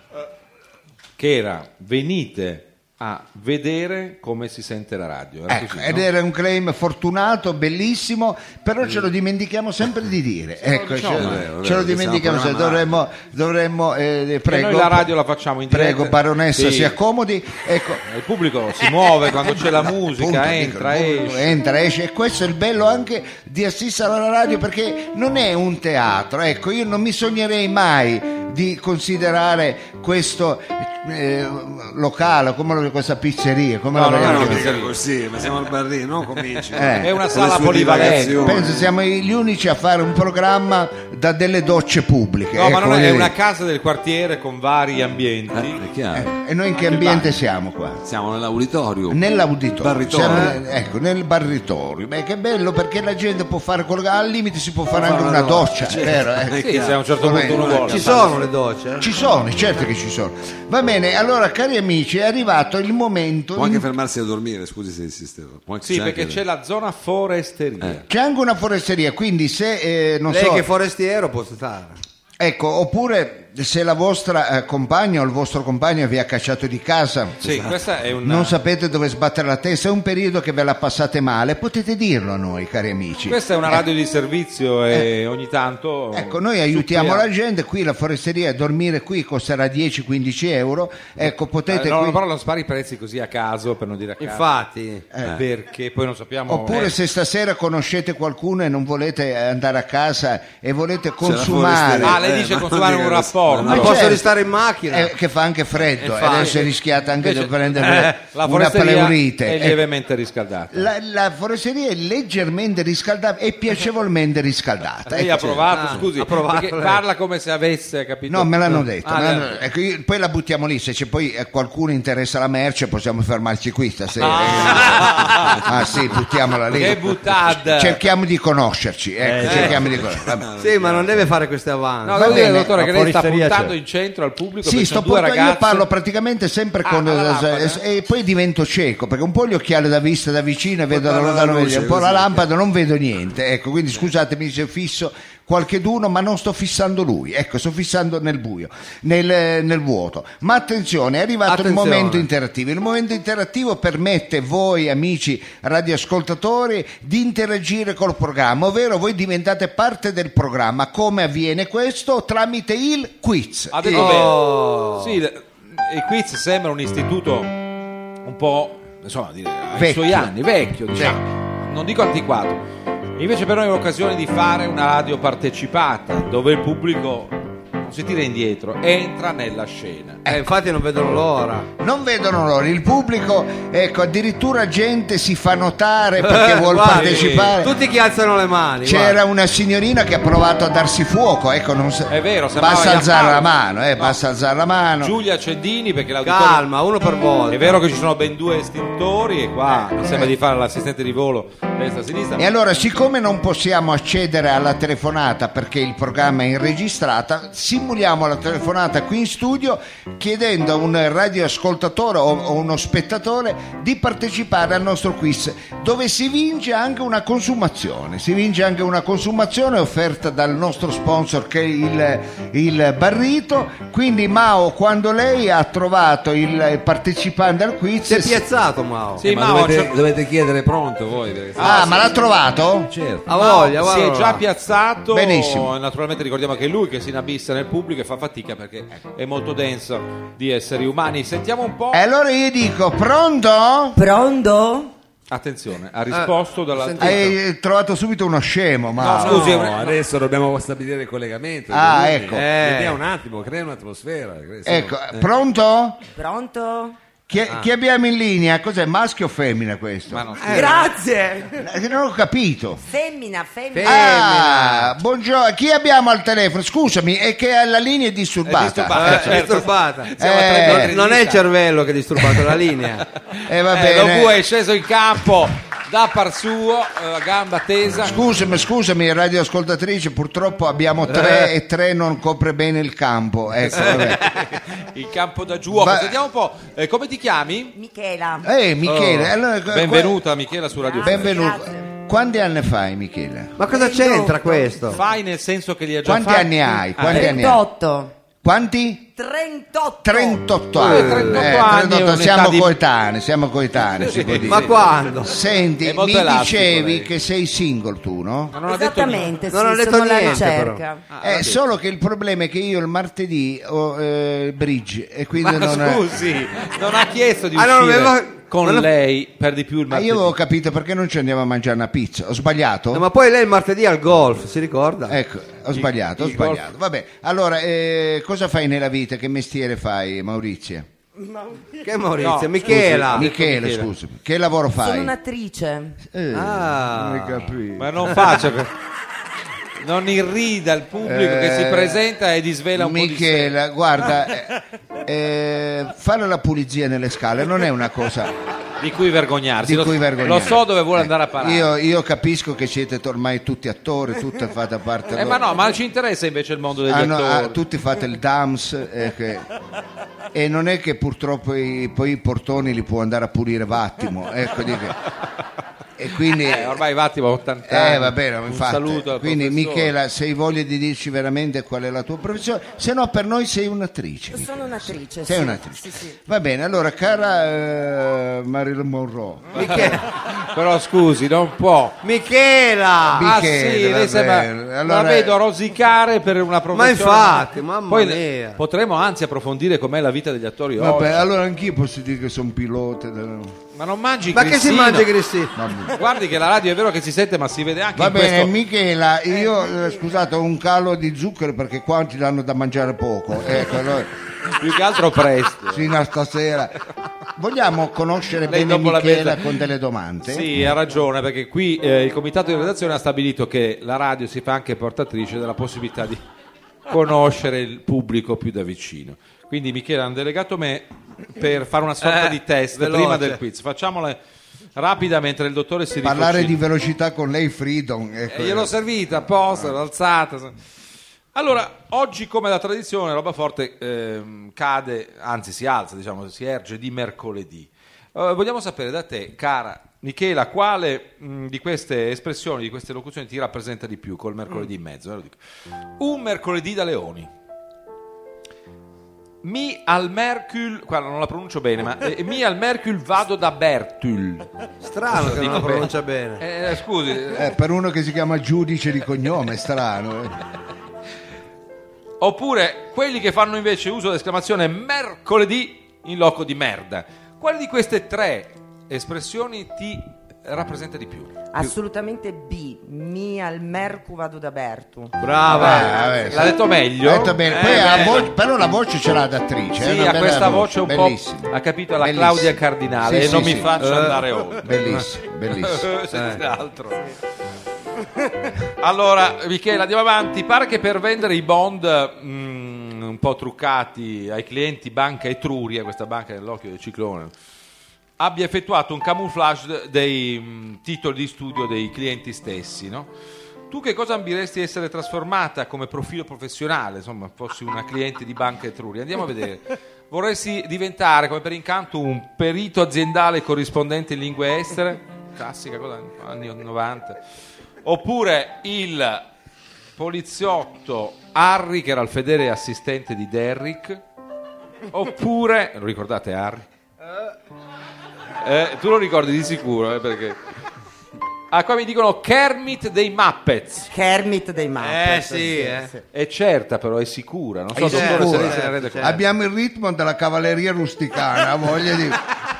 Che era venite a vedere come si sente la radio. Era Ecco, così, ed no? era un claim fortunato, bellissimo, però ce lo dimentichiamo sempre di dire. Ecco, diciamo, ce, è vero, è ce lo vero, dimentichiamo siamo sempre. Dovremmo, dovremmo eh, E prego, noi la radio la facciamo in diretta. prego, baronessa, Sì. si accomodi. Ecco, Il pubblico si muove quando c'è la musica, appunto, entra, dico, il pubblico esce. entra, esce, e questo è il bello anche di assistere alla radio, perché non è un teatro. Ecco, io non mi sognerei mai di considerare questo eh, locale come lo- questa pizzeria, come No, la no, vogliamo no, Non chiamare? mica così, ma siamo al barrino, non cominci. Eh. È una Con le sala sue polivalente. divagazioni. Penso siamo gli unici a fare un programma da delle docce pubbliche. No, ma ecco, non è, voglio è dire. una casa del quartiere con vari ambienti. Eh, è chiaro. Eh, e noi in che ambiente siamo qua? Siamo nell'auditorio. Nell'auditorio, Barritorio. siamo- ecco, nel barritorio. Beh, che bello, perché la gente può fare quello che al limite si può fare Può anche fare una una doccia, doccia, vero? eh? certo. Sì, se a un certo Va punto uno bene, vuole. Ci sono le docce? Ci sono, certo che ci sono. Va bene, allora cari amici, è arrivato il momento. Può anche in- fermarsi a dormire, scusi se insisteva. Può anche- Sì, c'è perché anche- c'è la zona foresteria. C'è anche una foresteria, quindi se eh, non Lei so. che è forestiero può stare. Ecco, oppure se la vostra eh, compagna o il vostro compagno vi ha cacciato di casa. Sì, questa è una... Non sapete dove sbattere la testa, è un periodo che ve la passate male, potete dirlo a noi, cari amici. Questa è una radio di servizio e ogni tanto... Ecco, noi aiutiamo suppliamo. la gente, qui la foresteria, dormire qui costerà dieci quindici euro, ecco, potete Eh, no, qui... però non spari i prezzi così a caso, per non dire a caso. Infatti. Eh, perché poi non sappiamo... Oppure eh, se stasera conoscete qualcuno e non volete andare a casa e volete la consumare... foresteria. Ah, lei Eh, dice ma consumare non un dica rapporto. dorme. Non Ma posso certo. restare in macchina. Eh, che fa anche freddo, E e fa- adesso è rischiata anche Invece, di prendere eh, la una foresteria pleurite. è Ecco. lievemente riscaldata. La, la foresteria è leggermente riscaldata e piacevolmente riscaldata. Lei ecco. ha provato, Ah, scusi, ha provato perché lei. parla come se avesse capito. No, me l'hanno detto. Ah, me l'hanno- le- ecco, io- poi la buttiamo lì, se c'è poi eh, qualcuno interessa la merce possiamo fermarci qui stasera. Ah. Ah sì, buttiamola lì. Che buttad. Cerchiamo di conoscerci, ecco, Eh, cerchiamo di conoscerci. Vabbè. Sì, ma non deve fare queste avanti. No, Va devo dire, bene, dottore, la che lei sta foresteria puntando c'è. in centro al pubblico. Sì, perché sto sono due portando- io ragazze. parlo praticamente sempre Ah, con alla lampada. e poi divento cieco perché un po' gli occhiali da vista da vicino e vedo da guarda la lontano, luce, un po' la così. lampada non vedo niente, ecco, quindi scusatemi se fisso qualcheduno, ma non sto fissando lui, ecco, sto fissando nel buio, nel, nel vuoto. Ma attenzione, è arrivato il Attenzione. momento interattivo. Il momento interattivo permette voi amici radioascoltatori di interagire col programma, ovvero voi diventate parte del programma. Come avviene questo? Tramite il quiz. Ha detto Oh. bene. Sì, il il quiz sembra un istituto un po', insomma, dire, ai Vecchio. suoi anni, vecchio, diciamo. Non dico antiquato. Invece per noi è l'occasione di fare una radio partecipata, dove il pubblico non si tira indietro, entra nella scena. Eh, infatti non vedono l'ora. Non vedono loro, il pubblico, ecco, addirittura gente si fa notare perché Eh, vuol guardi, partecipare. Tutti che alzano le mani. C'era guarda. una signorina che ha provato a darsi fuoco, ecco, non sa- È vero, sembrava basta alzare la Giampaolo. mano, eh, No. basta alzare la mano. Giulia Cendini, perché l'auditorio... Calma, uno per volta. È vero che ci sono ben due estintori e qua mi sembra di fare l'assistente di volo destra-sinistra. E allora, siccome non possiamo accedere alla telefonata perché il programma è in registrata, simuliamo la telefonata qui in studio chiedendo a un radioascoltatore o, o uno spettatore di partecipare al nostro quiz, dove si vince anche una consumazione. Si vince anche una consumazione offerta dal nostro sponsor che è il, il Barrito. Quindi Mao, quando lei ha trovato il partecipante al quiz... Si è piazzato, Mao. Sì, ma ma dovete, c'è- dovete chiedere pronto voi. perché- Ah, ma l'ha trovato? certo. Ha voglia, si è guarda. già piazzato. Benissimo. Naturalmente ricordiamo che è lui che si inabissa nel pubblico e fa fatica perché è molto denso di esseri umani. Sentiamo un po'. E allora io dico, pronto? Pronto? Attenzione, ha risposto dalla. senti- Hai trovato subito uno scemo, ma... No, scusi, No, eh, adesso dobbiamo stabilire il collegamento. Ah, quindi, ecco. eh, vediamo un attimo, crea un'atmosfera. Ecco, Eh. pronto? Pronto? Chi, chi abbiamo in linea? Cos'è, maschio o femmina questo? Ma non- Grazie. Eh, non ho capito. Femmina, femmina. Ah, buongiorno, chi abbiamo al telefono? Scusami, è che la linea è disturbata. È disturbata. Eh, Eh, certo. è disturbata. Siamo a tre Eh, metri di Non è il distanza. cervello che è disturbato, è la linea. Eh, va Eh, lo bene. bue è sceso in campo da par suo, eh, gamba tesa. Scusami, scusami, radioascoltatrice, purtroppo abbiamo tre e tre non copre bene il campo. Ecco, vabbè. Il campo da giuoco. Va- Sentiamo un po'. eh, come ti chiami? Michela. Eh, Michele, allora, qua- Benvenuta Michela su Radio Grazie. Free. Benvenuto. Grazie. Quanti anni fai, Michele? Ma cosa c'entra questo? Fai nel senso che li ha già Quanti fatti? anni hai? Ah, Quanti eh, anni hai? trentotto. Quanti? trentotto. trentotto Eh, anni. trentotto Eh, anni è trentotto, un'età siamo di- coetanei, siamo coetanei, si può dire. Ma quando? Senti, È mi molto elastico, dicevi lei. che sei single tu, no? Ma non ha detto niente. Esattamente, sì, Non ho detto sono alla niente, ricerca. Ah, Eh, va solo che il problema è che io il martedì ho eh, bridge e quindi bene. Ma non scusi, non ha chiesto di Ah, non uscire avevo- con non ho- lei per di più il Ma martedì. io avevo capito perché non ci andiamo a mangiare una pizza. Ho sbagliato? No, ma poi lei il martedì al golf, si ricorda? Ecco, ho sbagliato, ho il golf- sbagliato. Vabbè, allora, eh, cosa fai nella vita? Che mestiere fai, Maurizio? Che Maurizio? No, Michela. Michele, Michele. scusa. Che lavoro fai? Sono un'attrice. Eh, Ah. non hai capito. Ma non faccia per- non irrida il pubblico che si Eh, presenta e disvela un Michela, guarda, eh, eh, fare la pulizia nelle scale non è una cosa po' di sé, di cui vergognarsi. di Lo- cui vergognare. Lo so dove vuole Eh, andare a parare. Io, io capisco che siete ormai tutti attori, tutti fate parte. Eh, ma no, ma ci interessa invece il mondo degli Ah, no, attori. ah, tutti fate il dams eh, che- e non è che purtroppo i, poi i portoni li può andare a pulire Vattimo, ecco, dico. E quindi Eh, ormai Vattimo ha ottanta anni. eh, va bene, Un infatti. saluto al Quindi professore. Michela, se hai voglia di dirci veramente qual è la tua professione, se no per noi sei un'attrice. Sono un'attrice. Sei sì. un'attrice. Sì, sì. Va bene, allora cara eh, Marilyn Monroe. Però scusi, non può. Michela! Ah Michele, sì, va lei sembra, bene. Allora- la vedo rosicare per una professione. infatti, mamma Poi mia. potremo anzi approfondire com'è la vita degli attori Vabbè, oggi. allora anch'io posso dire che sono pilota. del- Ma non mangi Ma che si grissino? mangia Grissino? Guardi che la radio è vero che si sente, ma si vede anche Va in bene, questo... Michela, io eh, scusate, ho un calo di zucchero perché qua ti danno da mangiare poco. Ecco, allora, Più che altro presto. fino a stasera. Vogliamo conoscere Lei bene dopo la Michela mezza- con delle domande? Sì, ha ragione, perché qui eh, il comitato di redazione ha stabilito che la radio si fa anche portatrice della possibilità di conoscere il pubblico più da vicino. Quindi Michela hanno delegato me per fare una sorta Eh, di test veloce. prima del quiz. Facciamole rapida mentre il dottore si Parlare rifocilla. di velocità con lei, Freedom. Ecco. Eh, gliel'ho servita apposta, l'ho alzata. Allora, oggi come da tradizione Roba Forte ehm, cade, anzi si alza, diciamo, si erge di mercoledì. Eh, vogliamo sapere da te, cara Michela, quale mh, di queste espressioni, di queste locuzioni ti rappresenta di più col mercoledì in mezzo? Eh, lo dico. Un mercoledì da leoni. Mi al Mercul, qua non la pronuncio bene, ma eh, mi al Mercul vado da Bertul. Strano che non la Dico pronuncia bene. Eh, scusi, Eh, per uno che si chiama giudice di cognome è strano. eh. oppure quelli che fanno invece uso dell'esclamazione mercoledì in loco di merda. Quale di queste tre espressioni ti rappresenta di più? Assolutamente B. Mi al Mercu vado da Bertu. Brava. Eh, vabbè, L'ha detto meglio? Ha detto bene. Eh, Poi ha beh. vo- però la voce ce l'ha d'attrice. è Sì, una ha bella questa voce un bellissima. po', ha capito, la Bellissima. Claudia Cardinale, Sì, e non sì, mi sì. faccio Eh, andare oltre. Bellissimo, bellissimo. Eh, senz'altro. Allora, Michela, andiamo avanti. Pare che per vendere i bond mm, un po' truccati ai clienti Banca Etruria, questa banca nell'occhio del ciclone, abbia effettuato un camouflage dei mh, titoli di studio dei clienti stessi, no? Tu che cosa ambiresti essere trasformata come profilo professionale, insomma, fossi una cliente di Banca Etruria? Andiamo a vedere. Vorresti diventare, come per incanto, un perito aziendale corrispondente in lingue estere? Classica cosa, anni novanta. Oppure il poliziotto Harry, che era il fedele assistente di Derrick? Oppure, lo ricordate Harry? Eh, tu lo ricordi di sicuro, eh, perché... Ah, qua mi dicono Kermit dei Muppets. Kermit dei Muppets. Eh sì, eh. È certa però, è sicura. Non so, È dottore, se sicura, lei se ne eh, rende conto. Abbiamo il ritmo della cavalleria rusticana, voglia di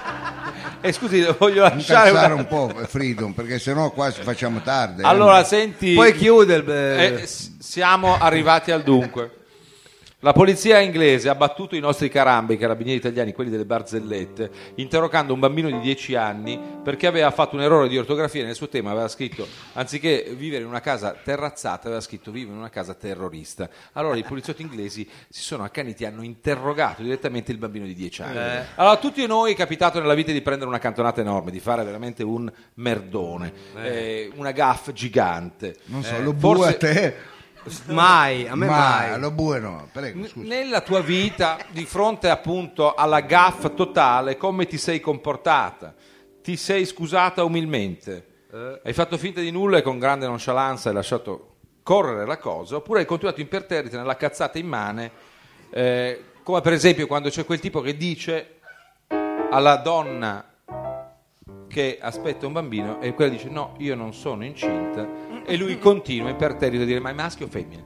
Eh, scusi, voglio lasciare incazzare una... un po', Freedom, perché sennò qua ci facciamo tardi. eh. Allora, senti... Poi chiude il... eh, Eh, s- siamo arrivati al dunque. La polizia inglese ha battuto i nostri carambi, i carabinieri italiani, quelli delle barzellette, interrogando un bambino di dieci anni perché aveva fatto un errore di ortografia nel suo tema. Aveva scritto, anziché vivere in una casa terrazzata, aveva scritto vive in una casa terrorista. Allora i poliziotti inglesi si sono accaniti e hanno interrogato direttamente il bambino di dieci anni. Eh. Allora, a tutti noi è capitato nella vita di prendere una cantonata enorme, di fare veramente un merdone, eh, una gaffe gigante. Non so, Eh, lo bue forse- a te. mai, a me Ma mai. lo bue no, prego, N- scusa. Nella tua vita, di fronte appunto alla gaffa totale, come ti sei comportata? Ti sei scusata umilmente? Hai fatto finta di nulla e con grande nonchalance hai lasciato correre la cosa? Oppure hai continuato imperterrita nella cazzata immane, eh, come per esempio quando c'è quel tipo che dice alla donna che aspetta un bambino e quella dice no, io non sono incinta, e lui continua imperterrito a dire ma è maschio o femmina?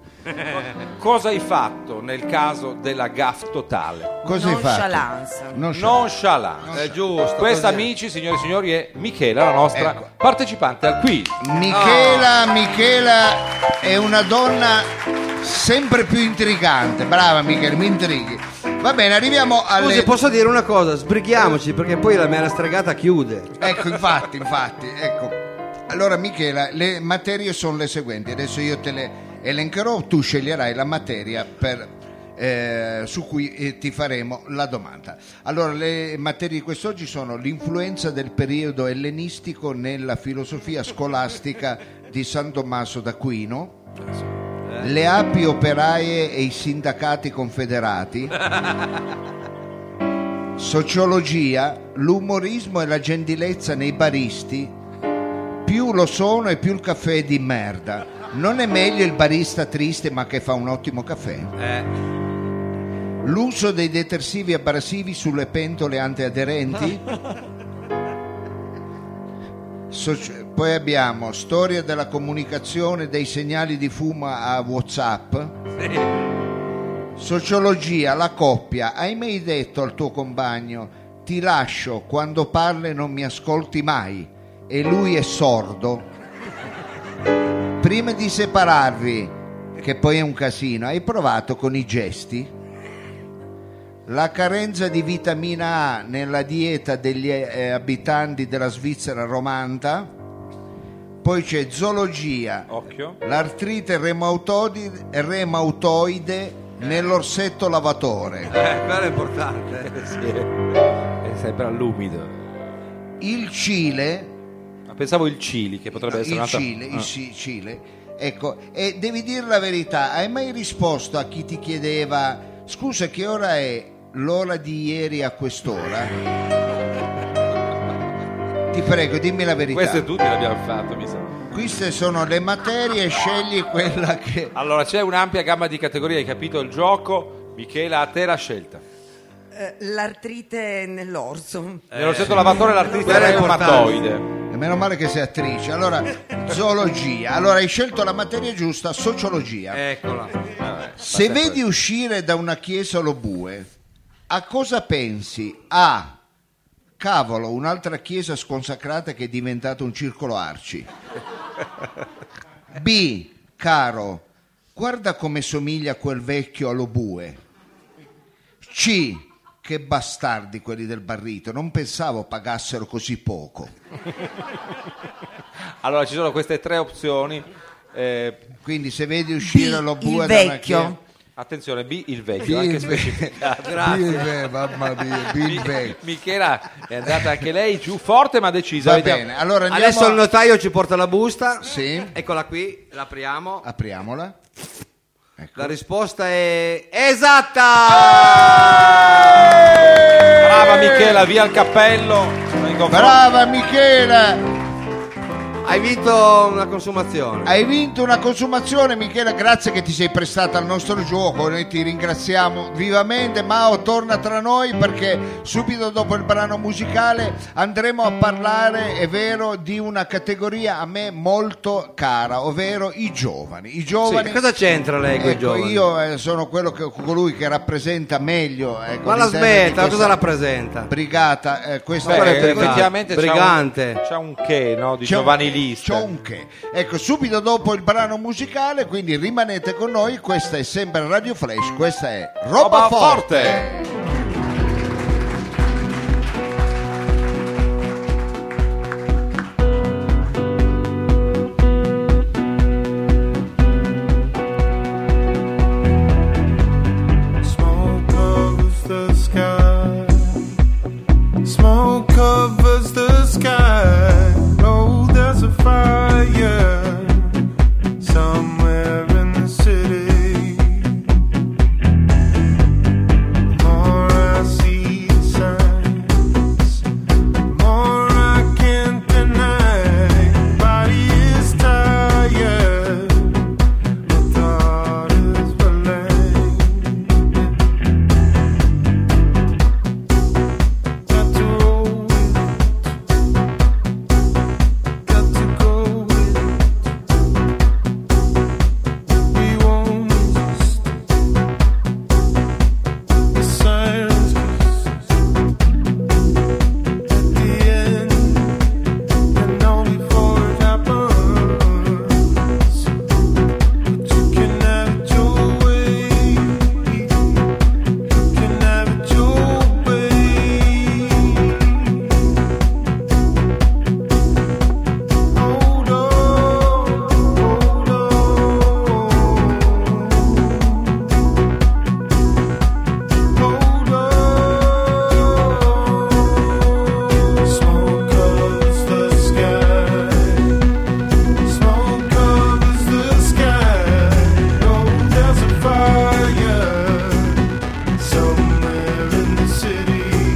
Cosa hai fatto nel caso della gaff totale? Cosa hai fatto? Nonchalance. Nonchalance. Nonchalance. È giusto. Questa, così. amici, signore e signori, è Michela, la nostra Ecco. partecipante al quiz. Michela, Michela è una donna sempre più intrigante. Brava Michela, mi intrighi. Va bene, arriviamo alle... Scusi, posso dire una cosa? Sbrighiamoci perché poi la mera stregata chiude. Ecco, infatti, infatti, ecco. Allora Michela, le materie sono le seguenti. Adesso io te le elencherò, tu sceglierai la materia per, eh, su cui eh, ti faremo la domanda. Allora, le materie di quest'oggi sono l'influenza del periodo ellenistico nella filosofia scolastica di San Tommaso d'Aquino, le api operaie e i sindacati confederati, sociologia, l'umorismo e la gentilezza nei baristi. Più lo sono e più il caffè è di merda. Non è meglio il barista triste ma che fa un ottimo caffè? Eh. L'uso dei detersivi abrasivi sulle pentole antiaderenti? Soci- poi abbiamo storia della comunicazione dei segnali di fumo a WhatsApp. Sociologia, la coppia. Hai mai detto al tuo compagno ti lascio quando parli non mi ascolti mai e lui è sordo. Prima di separarvi, che poi è un casino, hai provato con i gesti? La carenza di vitamina A nella dieta degli eh, abitanti della Svizzera romanda. Poi c'è zoologia, Occhio. l'artrite reumatoide, reumatoide nell'orsetto lavatore, Eh, quello è importante. Sì, è sempre all'umido. il Cile, Ma pensavo il Cili, che potrebbe essere il un'altra... Cile, il Ah. Ci- Cile, ecco, e devi dire la verità, hai mai risposto a chi ti chiedeva scusa che ora è l'ora di ieri a quest'ora? Ti prego, dimmi la verità. Queste tutte le abbiamo fatto, mi sa. Queste sono le materie, scegli quella che... Allora, c'è un'ampia gamma di categorie, hai capito il gioco? Michela, a te la scelta. Eh, l'artrite nell'orso. Nello stesso lavatore l'artrite quella è reumatoide. E meno male che sei attrice. Allora, zoologia. Allora, hai scelto la materia giusta, sociologia. Eccola. Se vedi uscire da una chiesa lo bue, a cosa pensi? A. Cavolo, un'altra chiesa sconsacrata che è diventata un circolo arci. B. Caro, guarda come somiglia quel vecchio allo bue. C. Che bastardi quelli del Barrito, non pensavo pagassero così poco. Allora, ci sono queste tre opzioni. Eh, Quindi se vedi uscire B, lo bue il da una vecchio. chiesa... attenzione, B, il vecchio, anche specificato. Grazie. Mamma mia, B, il Mi- vecchio. Michela è andata anche lei giù forte ma decisa. Va Vediamo. bene, allora andiamo Adesso a- il notaio ci porta la busta. Sì. Eccola qui, l'apriamo. Apriamola. La risposta è esatta! Brava Michela, via il cappello. Nei confronti- Brava Michela! Hai vinto una consumazione. Hai vinto una consumazione, Michela, grazie che ti sei prestata al nostro gioco, noi ti ringraziamo vivamente. Mao torna tra noi perché subito dopo il brano musicale andremo a parlare, è vero, di una categoria a me molto cara, ovvero i giovani. I giovani. Cosa c'entra lei con i Ecco, giovani? io eh, sono quello che, colui che rappresenta meglio. Ecco, Ma la all'interno di smetta, questa cosa rappresenta? Brigata, eh, questa Beh, Qual è è il brigante? effettivamente c'ha un- Brigante. c'ha un che, no, di C'è un- giovanilista. c'è un che. Ecco, subito dopo il brano musicale, quindi rimanete con noi. Questa è sempre Radio Flash, questa è Roba, Roba forte. forte. Smoke covers the sky. Smoke covers the sky. Oh, there's a fire somewhere in the city. The more I see the signs, the more I can't deny. Body is tired, my thought is blank. Got to roll it, got to go with it. We won't resist the silence. At the end, and all before it happens, but you can have it your way. You can have it your way. Hold on, hold on, hold on. Smoke covers the sky. Smoke covers the sky. Oh, there's a fire somewhere in the city.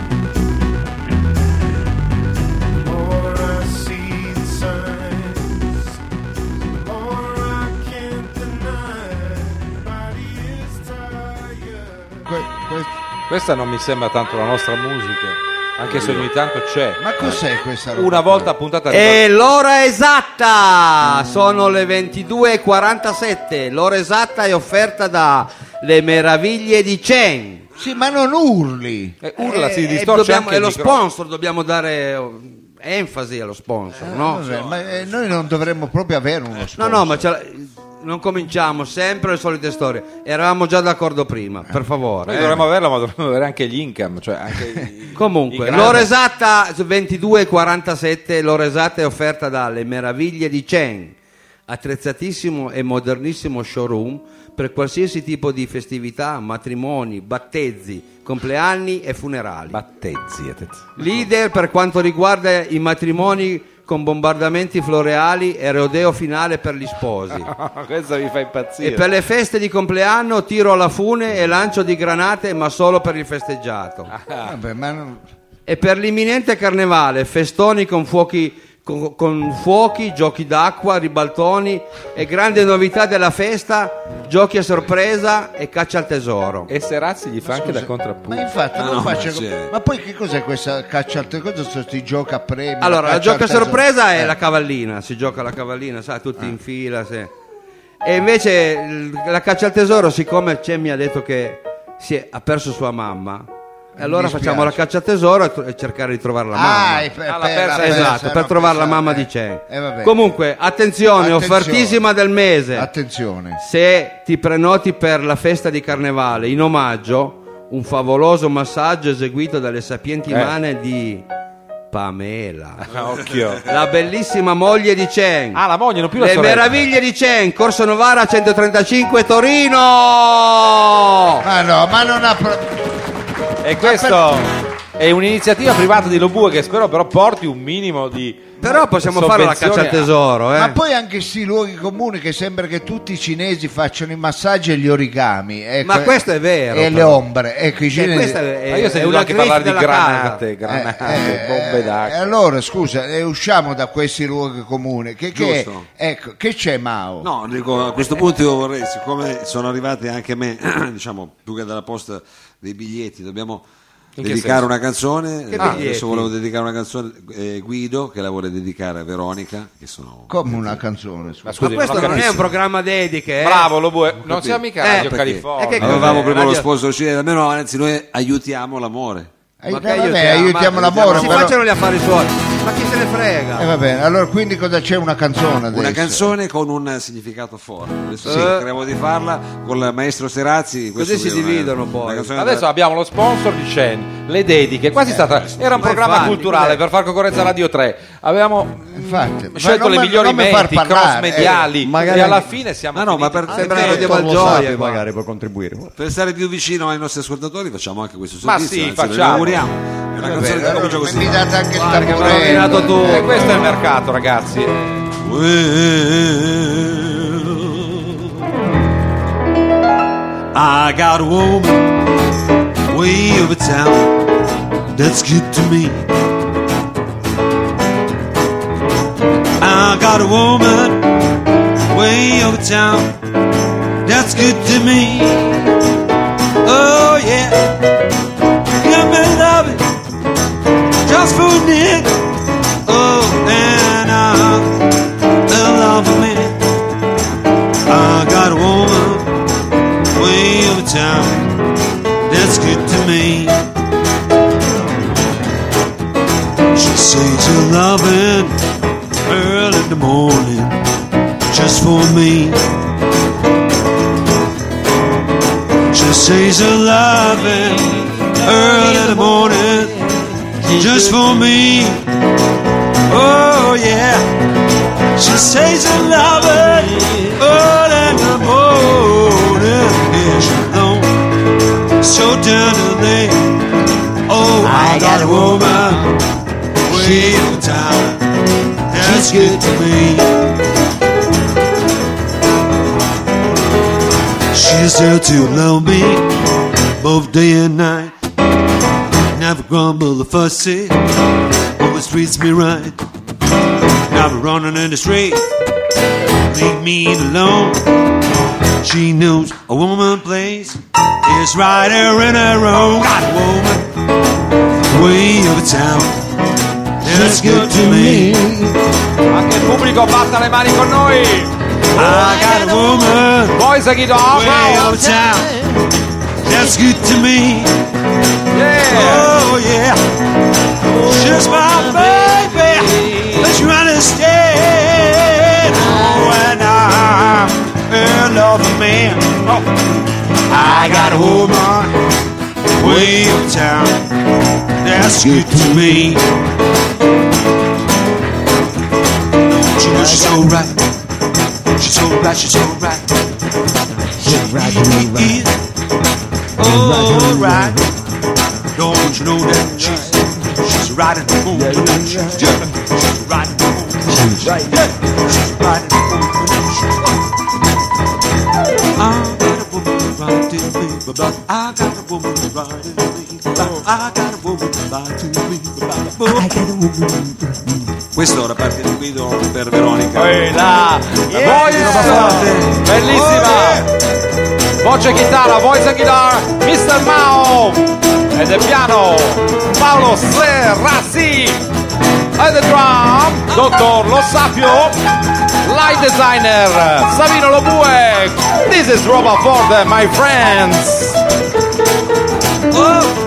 The more I see the signs, the more I can't deny. Body is tired. Que- que- Questa non mi sembra tanto la nostra musica, anche se ogni tanto c'è. ma cos'è questa roba? Una volta puntata E l'ora esatta! Sono le ventidue e quarantasette. L'ora esatta è offerta da Le Meraviglie di Chen. Sì, ma non urli. Eh, urla, si Eh, distorce dobbiamo- anche è il lo microfono. sponsor, dobbiamo dare oh, enfasi allo sponsor, no? Vabbè, ma eh, noi non dovremmo proprio avere uno No, sponsor. no, ma ce la- non cominciamo sempre le solite storie. Eravamo già d'accordo prima, per favore. Noi eh. dovremmo averla, ma dovremmo avere anche gli income, cioè anche i- i Comunque, grandi- l'ora esatta ventidue e quarantasette, l'ora esatta è offerta dalle Meraviglie di Cheng, attrezzatissimo e modernissimo showroom per qualsiasi tipo di festività, matrimoni, battezzi, compleanni e funerali. battezzi, attenzione. Leader per quanto riguarda i matrimoni con bombardamenti floreali e rodeo finale per gli sposi. Questo mi fa impazzire. E per le feste di compleanno tiro alla fune e lancio di granate, ma solo per il festeggiato. Vabbè, ma non- E per l'imminente carnevale, festoni con fuochi, con, con fuochi, giochi d'acqua, ribaltoni e grande novità della festa, giochi a sorpresa e caccia al tesoro. E Serazzi gli fa anche da ma contrappunto. infatti Ah, non no, faccio- ma c'è. ma poi che cos'è questa caccia al tesoro? Cosa sono sti giochi a premi? Allora, la caccia gioca a al tesoro? sorpresa è Eh. la cavallina, si gioca la cavallina, sai, tutti in fila. Sì. E invece il- la caccia al tesoro, siccome Cem mi ha detto che si è- ha perso sua mamma, e allora dispiace. facciamo la caccia al tesoro e, tro- e cercare di trovare la mamma. Ah, è per, Ah, l'ha per- persa, l'ha Esatto, persa, per non trovare la pensavo, mamma eh. di Chen. Eh, vabbè. Comunque, attenzione, Attenzione. offertissima del mese. Attenzione. Se ti prenoti per la festa di carnevale, in omaggio, un favoloso massaggio eseguito dalle sapienti Eh. mani di Pamela, Occhio. la bellissima moglie di Chen. Ah, la moglie, non più la Le sorella. meraviglie di Chen, Corso Novara centotrentacinque Torino. Ma no, ma non ha pro- E questo è un'iniziativa privata di Lobue che spero però porti un minimo di Però possiamo fare la caccia al sovvenzioni a- tesoro, eh. Ma poi anche sti luoghi comuni che sembra che tutti i cinesi facciano i massaggi e gli origami. Ecco, Ma questo è vero, E le però. ombre. Ecco, i Cioè, cinesi... questa è, Ma io ho è sentito una anche crisi parlare di della granate, casa. granate, Eh, bombe eh, d'acqua. E allora scusa, eh, usciamo da questi luoghi comuni. Che, che, Giusto. ecco, che c'è Mao? No, dico, a questo punto io vorrei, siccome sono arrivati anche a me, diciamo, più che dalla posta dei biglietti, dobbiamo In che dedicare senso? una canzone. Che Ah, biglietti? adesso volevo dedicare una canzone, eh, Guido, che la vuole dedicare a Veronica, che sono... Come una canzone, scusa. Ma scusi, Ma questo non non è capisco. un programma dediche, eh. Bravo Lobue, non siamo mica Eh, Radio perché? California. E che cos'è? Avevamo proprio lo Radio- sponsor cinese, almeno anzi noi aiutiamo l'amore. Eh, Ma che vabbè, aiutiamo? aiutiamo Ma- l'amore. Si però- facciano gli affari suoi. Ma chi se ne frega? Eh, va bene, allora quindi cosa c'è? Una canzone adesso? Una canzone con un significato forte. Adesso Sì. cercheremo di farla con il maestro Serazzi. questo Così si è una- dividono una poi. canzone Adesso da- abbiamo lo sponsor di Chen, le dediche, quasi stata era un Ma programma infatti, culturale cos'è? per far concorrenza a Radio tre. Avevamo Infatti, ma scelto non le mi- migliori non mi far menti, parlare, cross mediali eh, magari e alla anche- fine siamo Ma no, ma finiti- per, Sembra per- Radio Tom lo Malgioia, Sapio qua. magari può contribuire. per stare più vicino ai nostri ascoltatori facciamo anche questo Ma servizio. sì, anzi, lo facciamo. inauguriamo. È una Va canzone bene, che allora comincia così. mi date anche il Guarda che me l'hai tamburello. nominato tu. E questo è il mercato, ragazzi. Well, I got a woman way over town that's good to me. I got a woman way over town that's good to me. Oh yeah, give me loving just for a minute. Oh, and I love a minute. I got a woman way over town that's good to me. She says her loving early in the morning just for me. She says her loving early in the morning just for me. Oh yeah, she says her loving early in the morning. Yeah, she's alone, so tenderly. Oh, I got a woman way over town that's good to me. She's there to love me both day and night. Never grumble or fussy, always treats me right. Never running in the street, leave me alone. She knows a woman place is right here in her own. Got a woman way over town that's good to me. Anche il pubblico batta le mani con noi. I got a woman Poi seguito way over town that's That's good to me. Yeah. Oh yeah. She's my baby. Don't you understand? Oh, and I'm in love with man. Oh, I got a woman way uptown. That's good to me. She knows she's so right. She's so right. She's so right. She is all right. Don't you know that she's she's riding the moon tonight? She's just she's riding the moon. She's right. Yeah. She's riding the moon tonight. I got a woman riding me, but I got a woman riding me. I got a woman riding me, but I got a woman. Questo era parte di guido per Veronica. Poi là, voice, bellissima, voce e chitarra, voice e chitarra, mister Mao, e del piano Paolo Serrassi, e del drum, dottor Lo Sapio, light designer Savino Lobue. This is Roba Ford, my friends. Oh.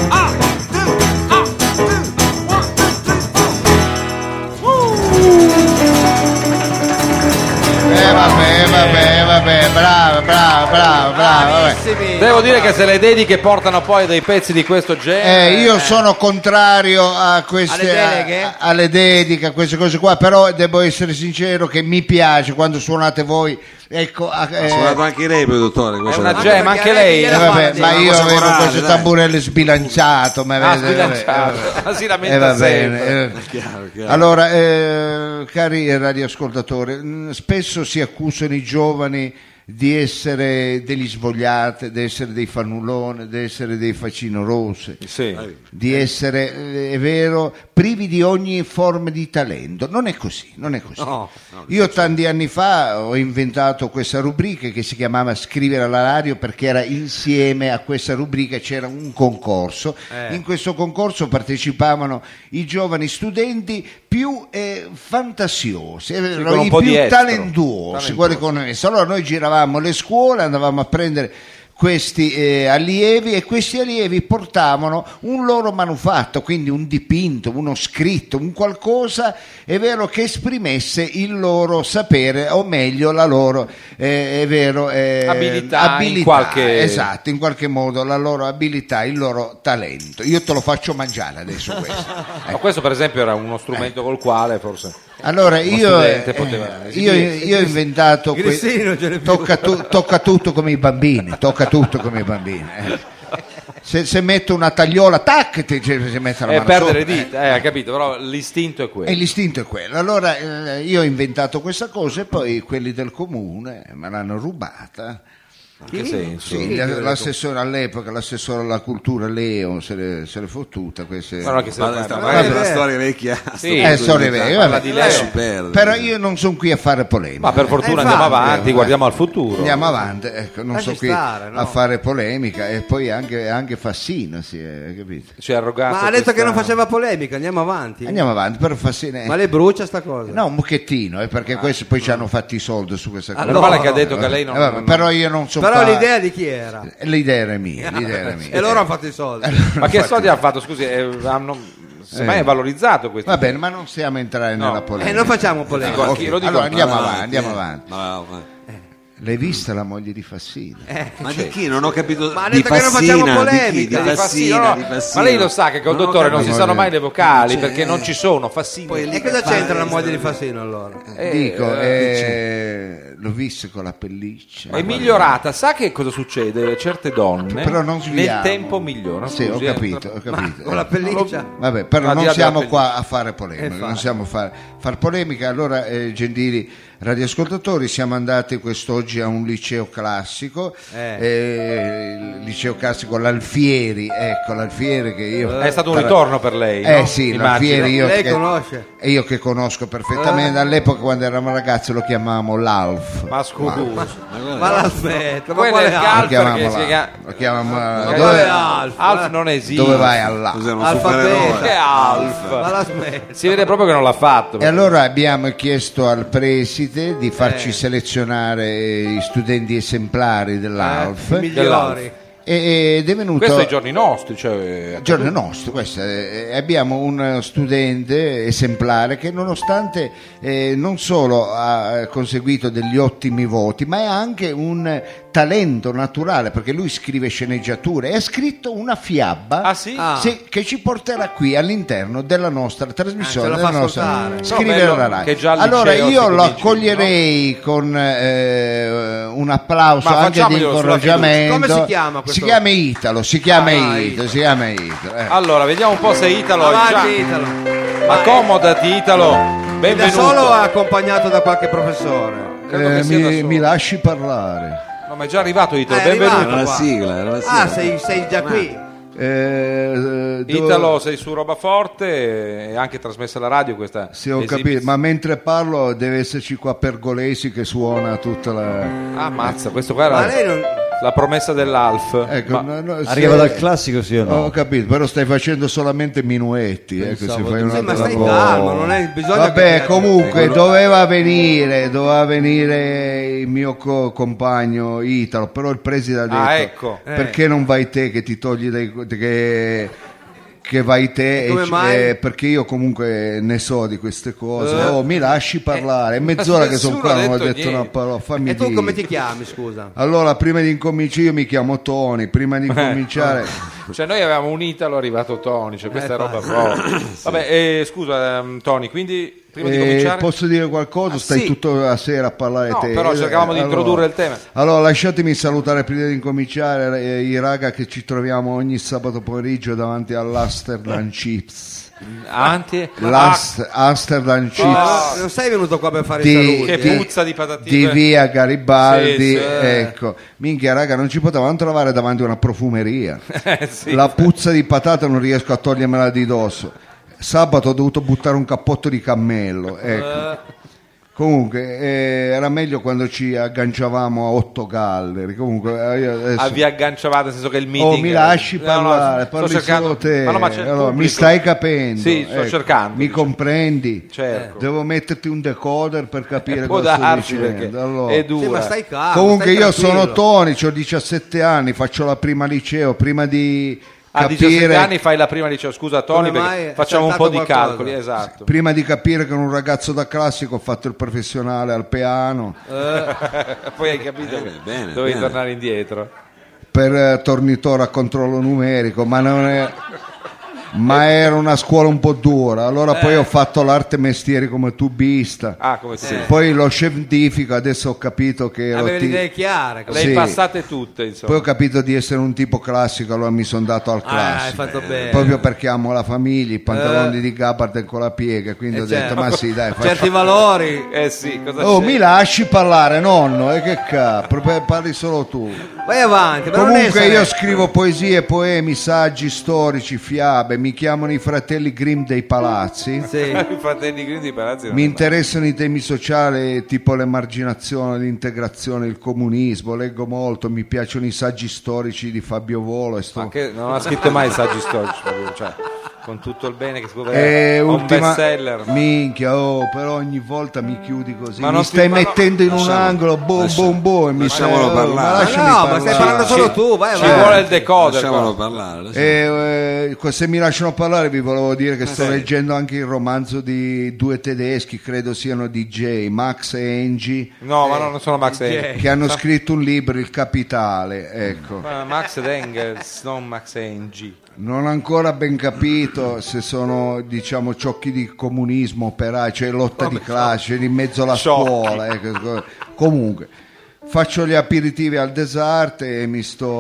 Eh vabbè, vabbè, vabbè, bravo, bravo, bravo, bravo, vabbè. Devo dire che se le dediche portano poi dei pezzi di questo genere. Eh, io sono contrario a queste Alle deleghe? a- alle dediche, a queste cose qua, però devo essere sincero che mi piace quando suonate voi. Ecco, a- eh, Ha suonato anche lei, poi, dottore. È questa una cosa. gemma, anche lei. eh, vabbè, ma io cosa avevo morale, questo dai. tamburello sbilanciato, ma Ah, vede, sbilanciato. vabbè, Ma si eh, lamenta va sempre. bene, eh. Chiaro, chiaro. Allora, eh, cari radioascoltatori, mh, spesso si accusano i giovani di essere degli svogliati, di essere dei fannulloni, di essere dei facinorosi, Sì. di essere, eh, è vero, privi di ogni forma di talento. Non è così, non è così. No, Io tanti anni fa ho inventato questa rubrica che si chiamava Scrivere alla radio, perché era insieme a questa rubrica c'era un concorso. Eh. In questo concorso partecipavano i giovani studenti più eh, fantasiosi, eh, con un i po' di più estro. talentuosi, Talentuosi. quelli con estro. Allora noi giravamo le scuole, andavamo a prendere questi eh, allievi, e questi allievi portavano un loro manufatto, quindi un dipinto, uno scritto, un qualcosa, è vero, che esprimesse il loro sapere, o meglio la loro eh, è vero, eh, Abilità, in qualche- esatto, in qualche modo la loro abilità, il loro talento. Io te lo faccio mangiare adesso questo. Ma questo per esempio era uno strumento col quale forse Allora io, studente eh, poteva io, io ho inventato que- Grissino ce n'è più. tocca, tu- tocca tutto come i bambini, tocca tutto come i bambini. eh. Se, se metto una tagliola, tac, ti, ti, ti mette la è mano perdere sopra, le eh. dita, eh, ha capito, però l'istinto è quello. E l'istinto è quello. Allora eh, io ho inventato questa cosa, e poi quelli del comune me l'hanno rubata. In che senso? Sì, l'assessore all'epoca, l'assessore alla cultura Leo se l'è, se l'è fottuta queste... No, no, che se Ma ne sta parla. magari vabbè. una storia vecchia. Sì. Eh, storia vecchia, parla vabbè. di Lasci Leo. perdere. Però io non sono qui a fare polemica. Ma per fortuna Eh, andiamo infatti, avanti, eh, guardiamo al futuro. Andiamo avanti, ecco, non Lasci sono qui stare, no? a fare polemica, e poi anche, anche Fassino, si è capito? Ci ha arrogato Ma ha detto che non questa- faceva polemica, andiamo avanti. Andiamo avanti, però Fassino... Ma le brucia sta cosa? No, un pochettino, eh, perché questi poi ci hanno fatto i soldi su questa cosa. Meno male che ha detto Eh, che lei non... eh, vabbè, non- però io non so Però fa- l'idea di chi era? L'idea era mia, l'idea era mia. E loro hanno fatto i soldi. Ma che soldi ha fatto? Scusi, eh, hanno semmai Eh. è valorizzato questo. Va bene, ma non stiamo a entrare No. nella polemica. E non facciamo polemica. Dico, Ok, lo dico allora anche- andiamo Avanti, avanti, andiamo eh. avanti. Ma, ma- L'hai vista la moglie di Fassino? ma di chi? Non ho capito. Ma ha di detto che non facciamo Fassina, polemica. Di, chi? di Di Fassino, Fassina, no. di Fassina. Ma lei lo sa che col Non ho dottore non si capito. sanno mai le vocali Cioè, perché non ci sono Fassino. Poi lì- E cosa Ma- c'entra la moglie di Fassino allora? Eh, Dico, eh, eh, l'ho vista con la pelliccia. è migliorata, sa che cosa succede? Certe donne Però non nel sviamo. tempo migliorano. Sì, ho scusi, eh. capito, ho capito. Con la pelliccia? Vabbè, però Al di non là siamo della qua a fare polemica, Eh, non infatti. siamo a fare, far polemica. Allora, eh, gentili radioascoltatori, siamo andati quest'oggi a un liceo classico, Eh. eh, il liceo classico L'Alfieri, ecco, L'Alfieri che io... È stato un tra- ritorno per lei, Eh no? sì, Immagino. L'Alfieri io Lei che, conosce? e io che conosco perfettamente, all'epoca quando eravamo ragazzi lo chiamavamo l'Alf. Ma scusi, Ma la smetta, ma Quello quale è il Alf? Lo Alf chiamavamo perché si l'Alf. chiama- Lo chiamavamo, Ma dove, quale Alf? Alf non esiste. dove vai all'Alf? Cos'è un Alfabeta. supereroe? Che Alf? Ma la smetta. Si vede proprio che non l'ha fatto. E allora abbiamo chiesto al preside di Eh. farci selezionare i studenti esemplari dell'Alf. I migliori. ed è venuto Questo ai giorni nostri, cioè giorno nostro, questo è- abbiamo un studente esemplare che nonostante eh, non solo ha conseguito degli ottimi voti, ma è anche un talento naturale, perché lui scrive sceneggiature e ha scritto una fiaba Ah, sì? Ah. sì, che ci porterà qui all'interno della nostra trasmissione, Ah, ce la della fa nostra ascoltare. scrivere Però alla bello Rai. che già al Allora liceo io si lo cominci, accoglierei con eh, un applauso Ma anche di facciamoglielo sulla incoraggiamento. fiducia. Come si chiama questo? Si chiama Italo, si chiama Ah, Italo, Italo. si chiama Italo. eh. Allora, vediamo un po' se Italo è già. Avanti, Italo. Accomodati, Italo. Da Benvenuto. solo o accompagnato da qualche professore? Credo Eh, che sia da mi, solo. mi lasci parlare. No, ma è già arrivato Italo. È Benvenuto. arrivato. Era la qua. sigla, era la sigla. Ah, sei, sei già qui. Eh, eh, dove- Italo, sei su Roba Forte, è anche trasmessa alla radio questa. Sì, ho esibizione. capito, ma mentre parlo deve esserci qua Pergolesi che suona tutta la... Ah, mazza, questo qua Ma era lei non... la promessa dell'Alf. Ecco, Ma- no, no, se- Arriva dal classico, sì o no? Ho capito, però stai facendo solamente minuetti, ecco, se Pensavo fai di- una Sì, ma bella stai cosa. calmo, non è bisogno che Vabbè, ti- comunque doveva venire, doveva venire il mio co- compagno Italo, però il preside ha detto Ah, ecco. perché non vai te che ti togli dai che, che vai te E come e- mai? eh, perché io comunque ne so di queste cose. Eh. Oh, mi lasci parlare, è mezz'ora che sono Nessuno qua, ha non ho detto detto una niente. parola, fammi E tu dire. come ti chiami, scusa? Allora, prima di incominciare, io mi chiamo Tony, prima di incominciare Cioè noi avevamo un Italo, è arrivato Tony, cioè questa Eh, è roba proprio. Vabbè, eh, scusa ehm, Tony, quindi prima di Eh, cominciare posso dire qualcosa? Ah, Stai sì. tutta la sera a parlare No, te. però cercavamo di Allora- introdurre il tema. Allora, lasciatemi salutare prima di incominciare eh, i raga che ci troviamo ogni sabato pomeriggio davanti all'Amsterdam Chips. Avanti. L'Ast- Amsterdam Chips Ma non sei venuto qua per fare Di- i saluti? Che eh? puzza di patatine. di via Garibaldi. Sì, sì. Ecco, minchia, raga, non ci potevamo trovare davanti a una profumeria. Eh, sì. La puzza di patata non riesco a togliermela di dosso. Sabato ho dovuto buttare un cappotto di cammello. Ecco. Comunque eh, era meglio quando ci agganciavamo a otto galleri. Comunque eh, io adesso... Ah, vi agganciavate, nel senso che il meeting. Oh, mi lasci No, parlare, no, parli sto cercando. solo te. Ma no, ma c'è il Allora, mi pubblico. stai capendo? Sì, sto Ecco, cercando, Mi diciamo. comprendi? Certo. Devo metterti un decoder per capire Può cosa sto darsi dicendo. perché Allora. è dura. Sì, ma stai calmo. Comunque stai io tranquillo. sono Tony, ho diciassette anni, faccio la prima liceo, prima di A diciassette capire anni fai la prima liceo, scusa Tony, Come mai perché è facciamo un po' saltato di qualcosa? calcoli, esatto. prima di capire che ero un ragazzo da classico ho fatto il professionale al piano Poi hai capito Bene, che bene, dovevi bene. tornare indietro. per eh, tornitore a controllo numerico, ma non è ma era una scuola un po' dura, allora poi ho fatto l'arte mestieri come tubista, Ah, come si poi lo scientifico, adesso ho capito che ero Avevi ti- le idee chiare. Le hai Sì. passate tutte, insomma. poi ho capito di essere un tipo classico, allora mi sono dato al Ah, hai classico. fatto bene. Proprio perché amo la famiglia, i pantaloni di Gabard con la piega, quindi Eh, ho detto certo. ma sì dai, faccio- Certi valori. Eh sì, cosa oh c'è? mi lasci parlare nonno, e che cazzo, parli solo tu. Vai avanti. però non Comunque essere- io scrivo poesie, poemi, saggi, storici, fiabe, mi chiamano i fratelli Grimm dei palazzi. Sì. I fratelli Grimm di Palazzi non Mi è interessano i temi sociali tipo l'emarginazione, l'integrazione, il comunismo, leggo molto, mi piacciono i saggi storici di Fabio Volo e sto... Ma che non ha scritto mai saggi storici, proprio, cioè, con tutto il bene che si può E vedere, un ultima bestseller. minchia, oh, però ogni volta mi chiudi così, Ma mi non ti- stai ma no- mettendo in un lasciamo- angolo, boh, lasciamo- boh, boh, e mi lasciamolo stai- oh, parlare. ma Ma lasciami no, ma parlare. stai parlando solo tu. Vai Ci avanti. vuole il decoder Lasciamolo qua. parlare. lasciamolo- E, eh, se mi lasciano parlare vi volevo dire che sto sì. leggendo anche il romanzo di due tedeschi, credo siano D J, Max e Angie, No, ma no, non sono Max Engels. che hanno scritto un libro, Il Capitale, ecco. Ma Max ed Engels, non Max e Ng. Non ho ancora ben capito se sono, diciamo, ciocchi di comunismo, operai, cioè lotta di classe, in mezzo alla Sciocchi. scuola. ecco. Comunque, faccio gli aperitivi al Desart e mi sto...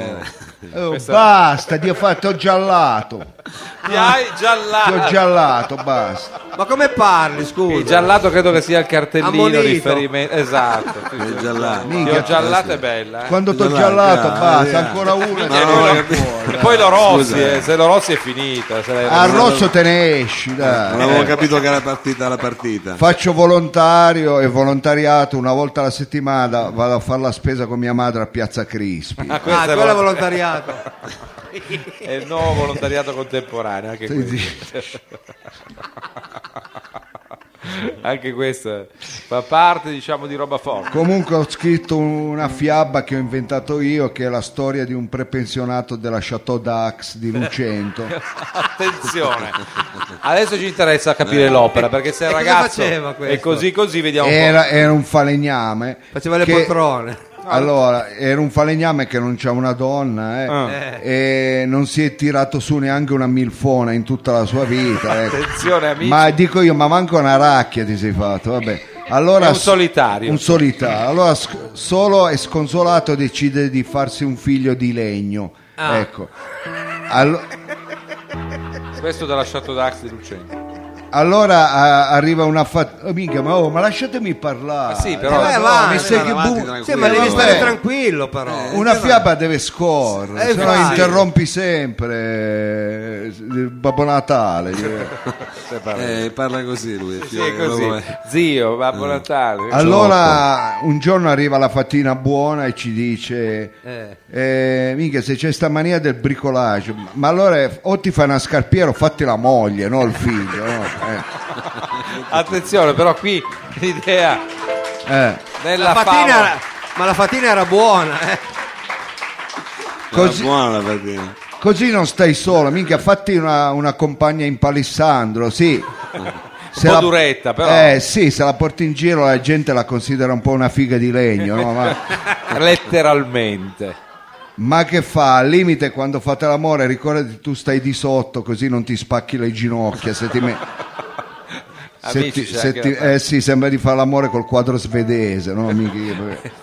Oh, Questa- basta, ti ho fatto giallato. Ti hai Ti ho giallato. giallato, basta. Ma come parli, scusa? Il giallato credo che sia il cartellino Ammonito. riferimento. Esatto. Sì, È sì. giallato. Ti ho giallato è bella. Eh? Quando ti ho Giallato, giallato, ah, basta, ah, ancora una. E no, poi lo- capito. e poi lo rossi, Scusa. eh, se lo rossi è finita. se l'hai- Al rosso te ne esci, dai. Non avevo capito che era partita la partita. Faccio volontario e volontariato una volta alla settimana, vado a fare la spesa con mia madre a Piazza Crispi. Ah, questo Ah, è, quello è vol- volontariato. è il nuovo volontariato contemporaneo. Anche Sì, questo. Anche questo. fa parte, diciamo, di roba forte. Comunque ho scritto una fiaba che ho inventato io, che è la storia di un prepensionato della Chateau d'Ax di Lucento. Attenzione, adesso ci interessa capire l'opera, perché se il E cosa ragazzo faceva questo? è così così vediamo un Era, era un falegname. Faceva le che- poltrone. Allora, era un falegname che non c'ha una donna eh, Ah. e non si è tirato su neanche una milfona in tutta la sua vita. ecco. Attenzione, amici. Ma dico io, ma manco una racchia ti sei fatto, vabbè. Allora, È un solitario. Un solitario. Allora, sc- solo e sconsolato decide di farsi un figlio di legno. Ah. Ecco. Allo- Questo della Chateau d'Ax di Lucento. allora a- arriva una fa- oh, minchia, ma, oh, ma lasciatemi parlare. Ma sì, Eh, però- vabbè, avanti, mi sai che avanti, bu- tranquillo. Sì, ma devi vabbè. stare tranquillo però. Una fiaba deve scorrere, Eh, se no infatti. interrompi sempre. eh, Babbo Natale. Eh, parla così lui. Sì, è così. Zio, Babbo Natale. Allora un giorno arriva la fatina buona e ci dice Eh. eh, minchia, se c'è sta mania del bricolage, ma allora o ti fai una scarpiera o fatti la moglie, no il figlio, no? Eh, Attenzione, però qui l'idea eh. della La fatina favola- era- ma la fatina era buona, eh. Così- Era buona la fatina. Così non stai solo, minchia, fatti una, una compagna in palissandro, sì. Se po' la- duretta, però. Eh sì, se la porti in giro la gente la considera un po' una figa di legno, no? Ma, letteralmente. ma che fa? Al limite quando fate l'amore ricordati tu stai di sotto così non ti spacchi le ginocchia, se ti me- se Amici, ti- c'è se anche ti- da- eh sì, sembra di fare l'amore col quadro svedese, no? Mica-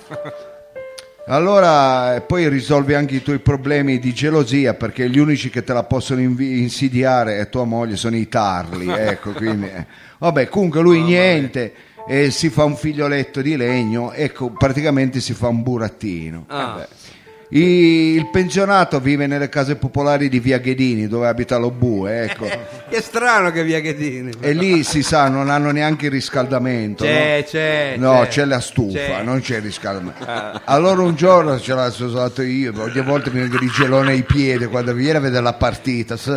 Allora, eh, poi risolvi anche i tuoi problemi di gelosia, perché gli unici che te la possono invi- insidiare è tua moglie, sono i tarli, ecco, quindi eh. Vabbè, comunque lui niente, e si fa un figlioletto di legno, ecco, praticamente si fa un burattino. Ah. I- il pensionato vive nelle case popolari di Via Ghedini, dove abita lo bue, ecco. Che strano che via Ghedini. E lì si sa, non hanno neanche il riscaldamento. C'è, no? c'è, No, c'è. c'è la stufa, C'è. non c'è il riscaldamento. Allora un giorno ce l'ho usato io, ogni volta mi vengono i geloni ai piedi quando viene a vedere la partita. Sì.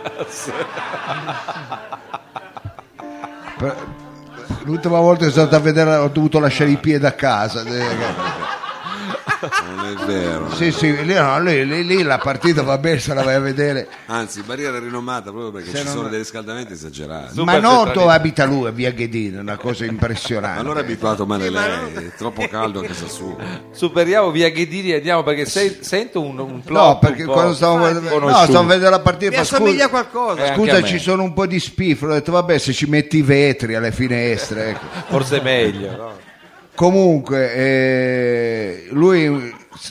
Per- L'ultima volta che sono stato a vedere ho dovuto lasciare i piedi a casa. Non è vero. Sì, sì, lì, no, lì, lì- lì la partita va bene, se la vai a vedere. Anzi, barriera rinomata proprio perché Se ci non- sono dei riscaldamenti esagerati. Super Ma no, centralista. dove abita lui, a Via Ghedini, una cosa Ma impressionante. allora è abituato male lei, è troppo caldo a casa sua. Superiamo via Ghedini e andiamo perché se- sento un, un plot No, perché un po' quando stavo, no, conosciuto. stavo a vedere la partita, Mi ma assomiglia a scusa, qualcosa. Eh, anche scusa a me. ci sono un po' di spifro, ho detto vabbè se ci metti i vetri alle finestre, ecco. Forse è meglio, no? Comunque eh, lui,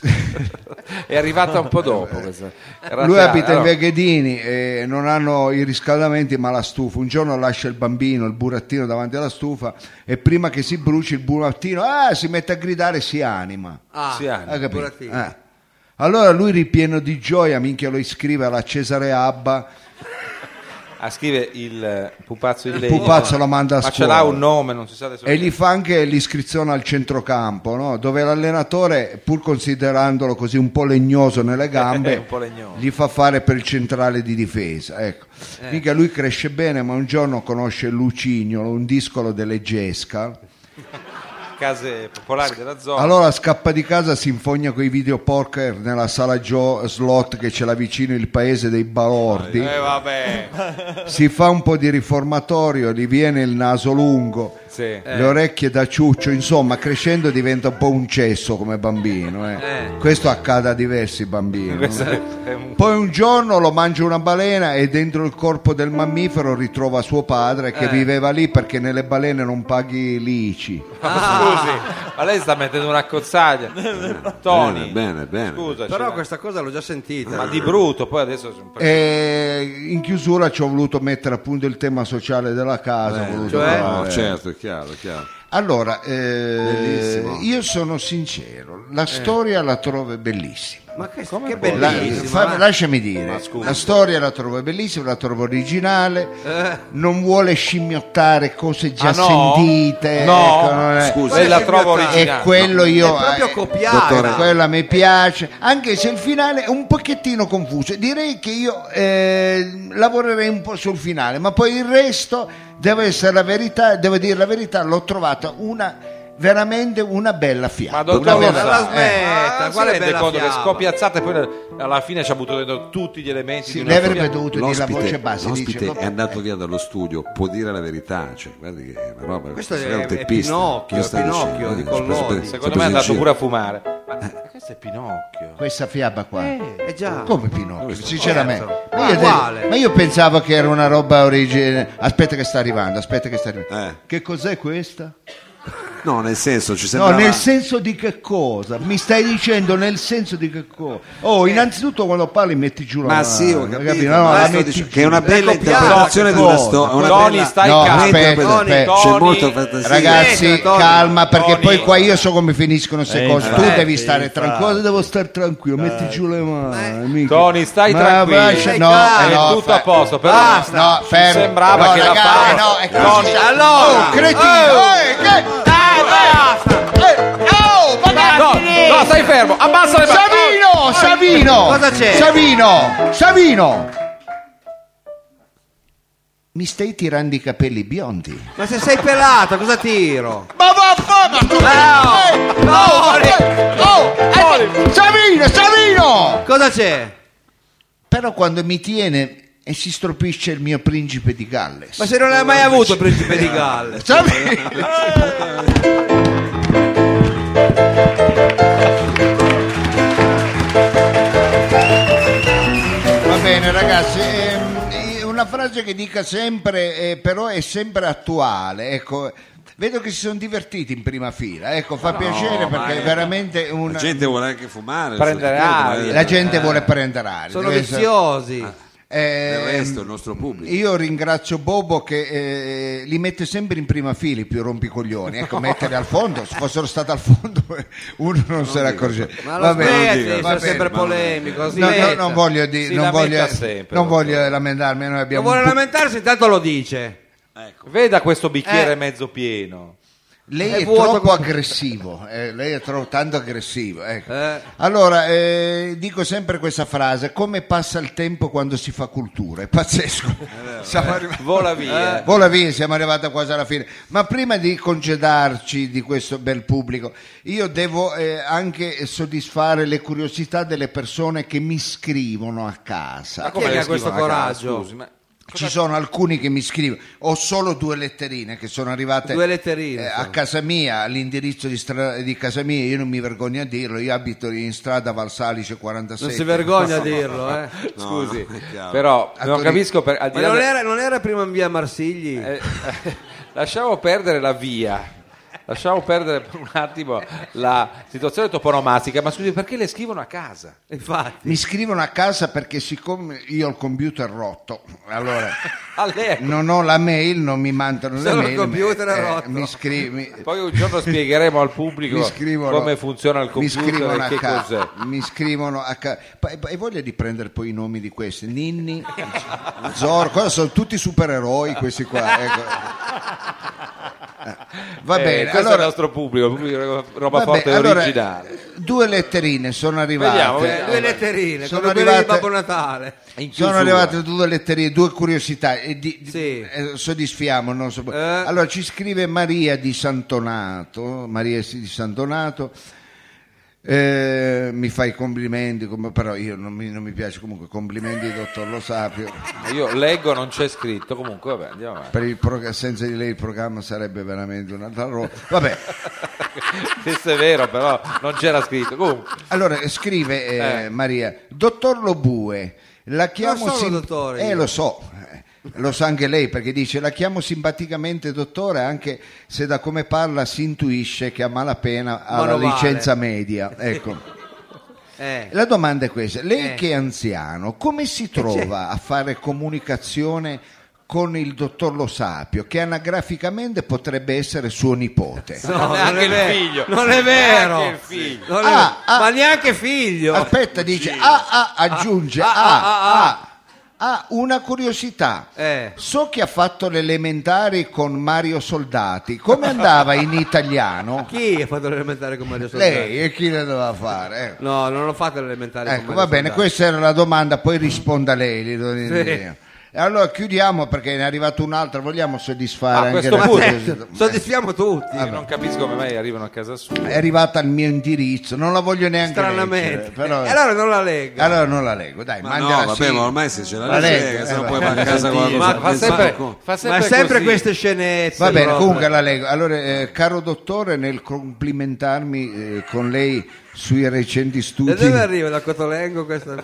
È arrivata un po' dopo questa. Era lui chiaro. abita in Allora, Via Ghedini e non hanno i riscaldamenti ma la stufa. Un giorno lascia il bambino, il burattino davanti alla stufa e prima che si bruci il burattino ah, si mette a gridare e si anima. Ah, Sì, anima. Hai capito? burattino. Eh. Allora lui ripieno di gioia, minchia lo iscrive alla Cesare Abba. ah, scrive il eh, pupazzo di Il legno. pupazzo lo manda a Ma ce scuola. l'ha un nome, non si sa adesso. E gli fa anche l'iscrizione al centrocampo, no? Dove l'allenatore, pur considerandolo così un po' legnoso nelle gambe, Un po' legnoso. gli fa fare per il centrale di difesa. Ecco. Mica lui cresce bene, ma un giorno conosce Lucignolo, un discolo delle Gesca. Case popolari della zona. Allora scappa di casa, si infogna con i videopoker nella sala gio- slot che c'è là vicino, il paese dei balordi. Eh vabbè. Si fa un po' di riformatorio, gli viene il naso lungo. Sì. Le orecchie da ciuccio, insomma, crescendo diventa un po' un cesso come bambino. eh. Eh. Questo accade a diversi bambini. Questo no? è- è un- Poi un giorno lo mangia una balena e dentro il corpo del mammifero ritrova suo padre che Eh. viveva lì perché nelle balene non paghi l'I C I. Scusi, ma lei sta mettendo una cozzaglia. Tony. Bene, bene, bene. Scusa, Però questa cosa l'ho già sentita. ma di brutto, poi adesso sono un po'- E in chiusura ci ho voluto mettere appunto il tema sociale della casa. ho voluto cioè? No, parlare. certo, è chiaro, è chiaro. Allora, eh, Bellissimo. io sono sincero, la storia la trovo bellissima. Ma che, che La- bellissima. fa- ma- lasciami dire, la storia la trovo bellissima, la trovo originale, non vuole scimmiottare cose già Ah, no? sentite. No. ecco, non è- Scusa. lei la trova E e originale. quello io È proprio eh, copiata. dottore, quella mi piace, anche se il finale è un pochettino confuso. Direi che io eh, lavorerei un po' sul finale, ma poi il resto devo essere la verità, devo dire la verità, l'ho trovata una veramente una bella fiaba. Ma dottor Una Lo bella- sa, la eh, smetta, non si quale rende bella conto che fiaba? scopiazzata e poi alla fine ci ha buttato dentro tutti gli elementi Sì, di lei una avrebbe storia. dovuto dire la voce L'ospite, bassa. l'ospite Dice, vabbè, è andato via dallo studio, può dire la verità, cioè, guardi che è una roba. Questo sembra è- un è teppista. Pinocchio, Cosa sta Pinocchio dicendo? di Eh, Collodi. sta presi- Secondo sta me è presi in andato giro. pure a fumare. Ma questo è Pinocchio. questa fiaba qua. Eh già. Come Pinocchio? Sinceramente. Certo. Ma io, Uguale. ma io pensavo che era una roba origine. Aspetta che sta arrivando, aspetta che sta arrivando. Eh. Che cos'è questa? No, nel senso, ci No, sembrava... nel senso di che cosa? Mi stai dicendo nel senso di che cosa? Oh, innanzitutto quando parli metti giù la Ma mano. sì, ho capito, capito? No, ma la sto metti dicendo giù. che è una bella Ecco, interpretazione di una cosa? storia. Una Tony, bella... stai No, calmo. aspetta, Tony, aspetta. C'è Tony, molta fantasia. Ragazzi, Aspetta, Tony. calma, perché Tony. poi qua io so come finiscono queste Eh, cose. Tu infatti, devi stare infatti. tranquillo, devo stare tranquillo, metti giù le mani. mica. Tony, stai Ma tranquillo. lascia- Stai no, calmo. eh, no, è tutto fa- a posto, però Basta, no, ci fermo. sembrava No, che la ragazzi, fama no, è Tony, così. Allora, Oh, cretino, eh, che- Eh, oh, ma- no, no, stai fermo, abbassa le mani. Savino, Savino, Cosa c'è? Savino, Savino. Mi stai tirando i capelli biondi? ma se sei pelata, cosa tiro? Ma vaffa, ma tu... Eh, no, oh, eh, oh, eh, Savino, Savino! Cosa c'è? Però quando mi tiene e si stropisce il mio principe di Galles. Ma se non hai mai avuto il principe di Galles. Savino! Va bene ragazzi, ehm, una frase che dica sempre, eh, però è sempre attuale, ecco. Vedo che si sono divertiti in prima fila, ecco, fa piacere ma perché è- è veramente La una... gente vuole anche fumare. Prendere insomma, aria. La gente vuole prendere aria. Sono deve essere- viziosi. Eh, Del resto il nostro pubblico. Io ringrazio Bobo che eh, li mette sempre in prima fila i più rompicoglioni. Ecco, metterli al fondo, se fossero stati al fondo uno non, se ne accorgeva. Ma Va lo bene, smetti, dica, sei va bene. sempre polemico. No, no, smetta. non voglio, di- Si non lamenta voglio, sempre, non dottore. voglio lamentarmi. Noi Non abbiamo vuole un pu- lamentarsi, intanto lo dice. Veda questo bicchiere Eh. mezzo pieno. Lei È è, vuoto troppo come- aggressivo, eh, lei è troppo tanto aggressivo. Ecco. Eh. Allora, eh, dico sempre questa frase: come passa il tempo quando si fa cultura? È pazzesco. Siamo arrivati- Vola via. Vola via, siamo arrivati quasi alla fine. Ma prima di congedarci di questo bel pubblico, io devo eh, anche soddisfare le curiosità delle persone che mi scrivono a casa. Ma chi è che le ha questo scrivono a casa, coraggio? scusi, ma- Ci sono alcuni che mi scrivono, ho solo due letterine che sono arrivate Due letterine, eh, a insomma. casa mia, all'indirizzo di, stra- di casa mia, io non mi vergogno a dirlo, io abito in strada Valsalice quarantasette. Non si vergogna a dirlo, eh. Scusi, no, è chiaro. però A non Torino. capisco per, al di Ma là non de- era, non era prima in via Marsigli? eh, lasciamo perdere la via. Lasciamo perdere per un attimo la situazione toponomastica, ma scusi, perché le scrivono a casa? Infatti. Mi scrivono a casa perché siccome io ho il computer rotto, allora A lei. non ho la mail, non mi mandano le Solo il mail. computer è eh, rotto. Mi scrivi, mi- Poi un giorno spiegheremo al pubblico mi scrivono, come funziona il mi computer scrivono e a che ca- cos'è. mi scrivono a ca- e hai voglia di prendere poi i nomi di questi Ninni, Zoro, cosa sono tutti supereroi questi qua, ecco. Eh, va Eh, bene, questo è allora, il nostro pubblico, il pubblico roba va forte bene, e allora, originale. due letterine sono arrivate. Vediamo, Eh, vediamo. due letterine, Sono come quelle di arrivate- Babbo Natale. In Sono chiusura. arrivate due letterine, due curiosità e di, di- Sì. eh, soddisfiamo. Non so- Eh. Allora ci scrive Maria di Santonato, Maria di Santonato, eh, mi fa i complimenti, come- però io non mi, non mi piace comunque, complimenti dottor Lo Sapio, Io leggo, non c'è scritto, comunque vabbè, andiamo avanti. per il prog- senza di lei il programma sarebbe veramente un'altra roba. Vabbè, Questo è vero, però non c'era scritto. Comunque, allora scrive eh, Eh. Maria, dottor Lobue, la chiamo Lo so, sim- dottore, eh io. lo so, eh, lo sa anche lei perché dice la chiamo simpaticamente dottore anche se da come parla si intuisce che a malapena ha la Manovale. licenza media, ecco. Eh. La domanda è questa, lei Eh. che è anziano come si trova a fare comunicazione con il dottor Lo Sapio che anagraficamente potrebbe essere suo nipote? No, neanche non è il vero. figlio. Non è vero. Neanche il figlio. Non è Ah, vero. ah. Ma neanche figlio. Aspetta, dice ah, ah, aggiunge Ah, ah, ah, ah, ah, ah, una curiosità. Eh. So che ha fatto le elementari con Mario Soldati. Come andava in italiano? Chi ha fatto l'elementare con Mario Soldati? Lei e chi le doveva fare? Eh. No, non ho fatto l'elementare con Ecco, Mario va bene, Soldati. questa era la domanda, poi risponda lei. Gli do- Sì. E allora chiudiamo perché ne è arrivato un altro, vogliamo soddisfare Ah, anche questo la punto. curiosità. Soddisfiamo tutti. Io non capisco come mai arrivano a casa sua. È arrivata al mio indirizzo, non la voglio neanche Stranamente. leggere, però... E allora non la leggo. Allora non la leggo, dai, Ma mandala no, vabbè, sì. ma ormai se ce la, La legge, leggo, se no eh, poi va. va a casa con Ma fa sempre, fa sempre, Ma sempre così. queste scenette. Va bene, proprio. comunque la leggo. Allora, eh, caro dottore, nel complimentarmi eh, con lei sui recenti Da studi... dove arriva? Da Cotolengo questa?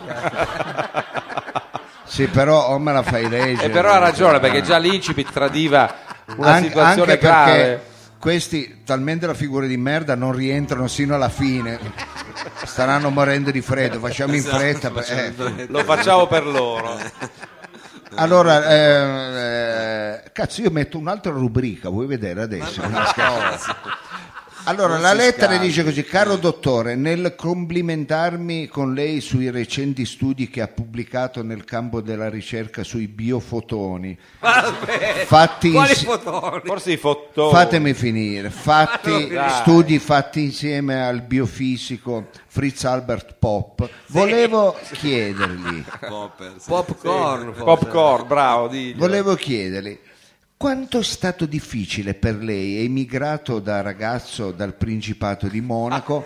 Sì, però o me la fai leggere. E però ha ragione, perché già l'incipit tradiva una Anche- situazione anche grave. perché questi, talmente la figura di merda, non rientrano sino alla fine. Staranno morendo di freddo, facciamo in fretta. per- eh. Lo facciamo per loro. Allora, eh, eh, cazzo, io metto un'altra rubrica, vuoi vedere adesso? No, scherzo. Allora, Non la si lettera scaldi. dice così: caro dottore, nel complimentarmi con lei sui recenti studi che ha pubblicato nel campo della ricerca sui biofotoni, Aspetta, fatti quali insi- fotoni? Forse i fottoni. fatemi finire, fatti Dai. studi fatti insieme al biofisico Fritz Albert Popp, volevo chiedergli, Popper, sì. Popcorn. forse. Popcorn, bravo, diglielo. volevo chiedergli quanto è stato difficile per lei, emigrato da ragazzo dal Principato di Monaco,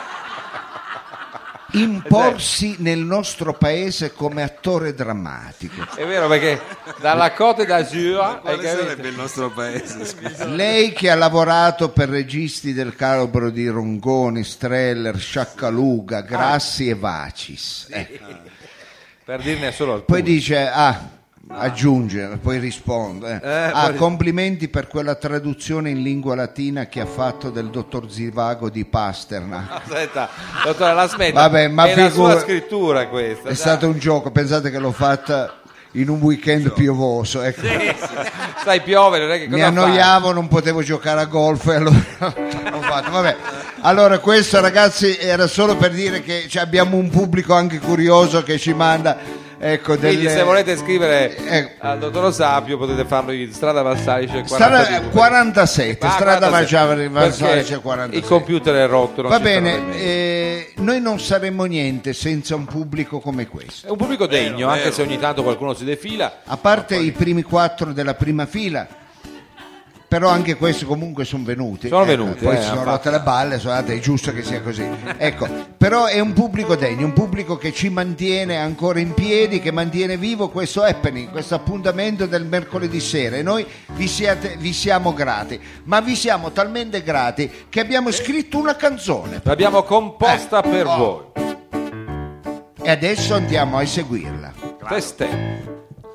imporsi nel nostro paese come attore drammatico. È vero, perché dalla Côte d'Azur hai Quale capito? sarebbe il nostro paese? Scusa. Lei che ha lavorato per registi del calibro di Rongoni, Streller, Sciaccaluga, Grassi e Vacis. Ecco. Per dirne solo alcuni. Poi dice, ah, aggiunge, poi rispondo. eh. Eh, ah, poi- complimenti per quella traduzione in lingua latina che ha fatto del dottor Zivago di Pasternak. Aspetta, dottore, la smetta. Vabbè, ma è la figura- sua scrittura questa. È dai. stato un gioco, pensate che l'ho fatta in un weekend piovoso. Ecco. Sai, piove, non è che Mi cosa fai? annoiavo, non potevo giocare a golf e allora ho fatto. Vabbè. Allora questo ragazzi era solo per dire che cioè, abbiamo un pubblico anche curioso che ci manda ecco Quindi delle... se volete scrivere Eh. al dottor Sapio potete farlo in strada Valsalice Strada quarantadue. quarantasette, Ah, strada quarantasette. Valsalice Perché quarantasette. il computer è rotto, non Va ci stanno bene, nemmeno. eh, noi non saremmo niente senza un pubblico come questo. È un pubblico degno, anche vero. se ogni tanto qualcuno si defila. A parte i primi quattro della prima fila, però anche questi comunque sono venuti. Sono Ecco, venuti, poi eh, si sono hanno rotte le balle, sono andate, è giusto che sia così. Ecco, però è un pubblico degno, un pubblico che ci mantiene ancora in piedi, che mantiene vivo questo happening, questo appuntamento del mercoledì sera e noi vi, siate, vi siamo grati, ma vi siamo talmente grati che abbiamo scritto una canzone L'abbiamo composta Eh. per Oh. voi. e adesso andiamo a eseguirla. Teste.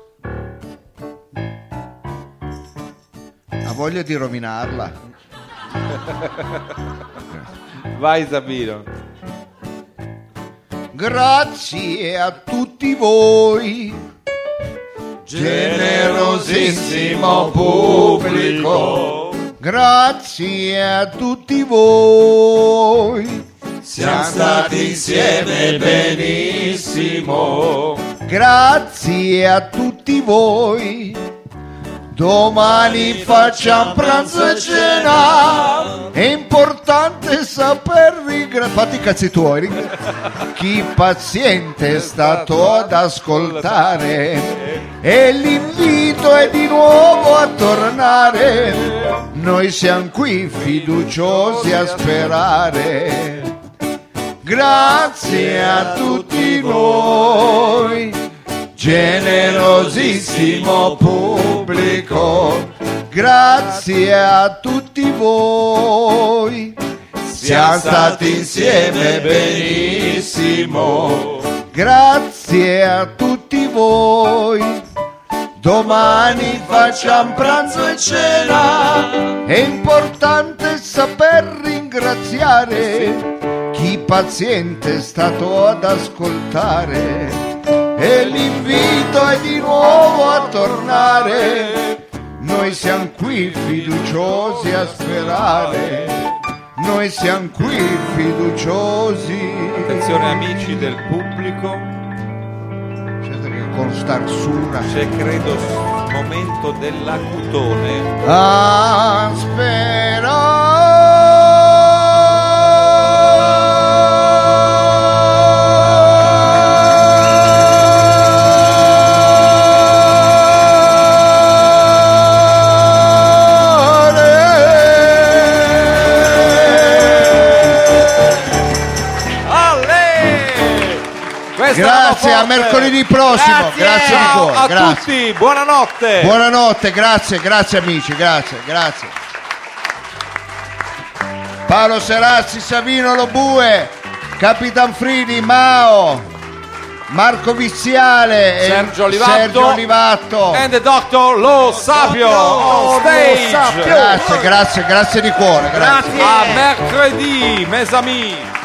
Ha voglia di rovinarla? Vai Sabino. Grazie a tutti voi, generosissimo pubblico. Grazie a tutti voi, Siamo stati insieme benissimo. grazie a tutti voi. Domani facciamo pranzo e cena, è importante saper ringraziare. Fatti i cazzi tuoi, ring- chi paziente è stato ad ascoltare e l'invito è di nuovo a tornare. Noi siamo qui fiduciosi a sperare. Grazie a tutti voi, generosissimo pubblico, grazie a tutti voi, siamo stati insieme benissimo, grazie a tutti voi, domani facciamo pranzo e cena, è importante saper ringraziare chi paziente è stato ad ascoltare. E l'invito è di nuovo a tornare. Noi siamo qui fiduciosi a sperare. Noi siamo qui fiduciosi. Attenzione amici del pubblico, Certo che con starsura c'è credo momento dell'acutone. a sperare. Grazie, a mercoledì prossimo. Grazie, Grazie di ciao cuore, a grazie. tutti, buonanotte. Buonanotte, grazie, grazie amici, grazie, grazie. Paolo Serazzi, Savino Lobue, Capitan Fridi, Mao, Marco Viziale, Sergio e Olivatto, Sergio Olivatto. and the Doctor Lo Sapio on stage. Grazie, grazie, grazie di cuore. Grazie. A mercredi, mes amis.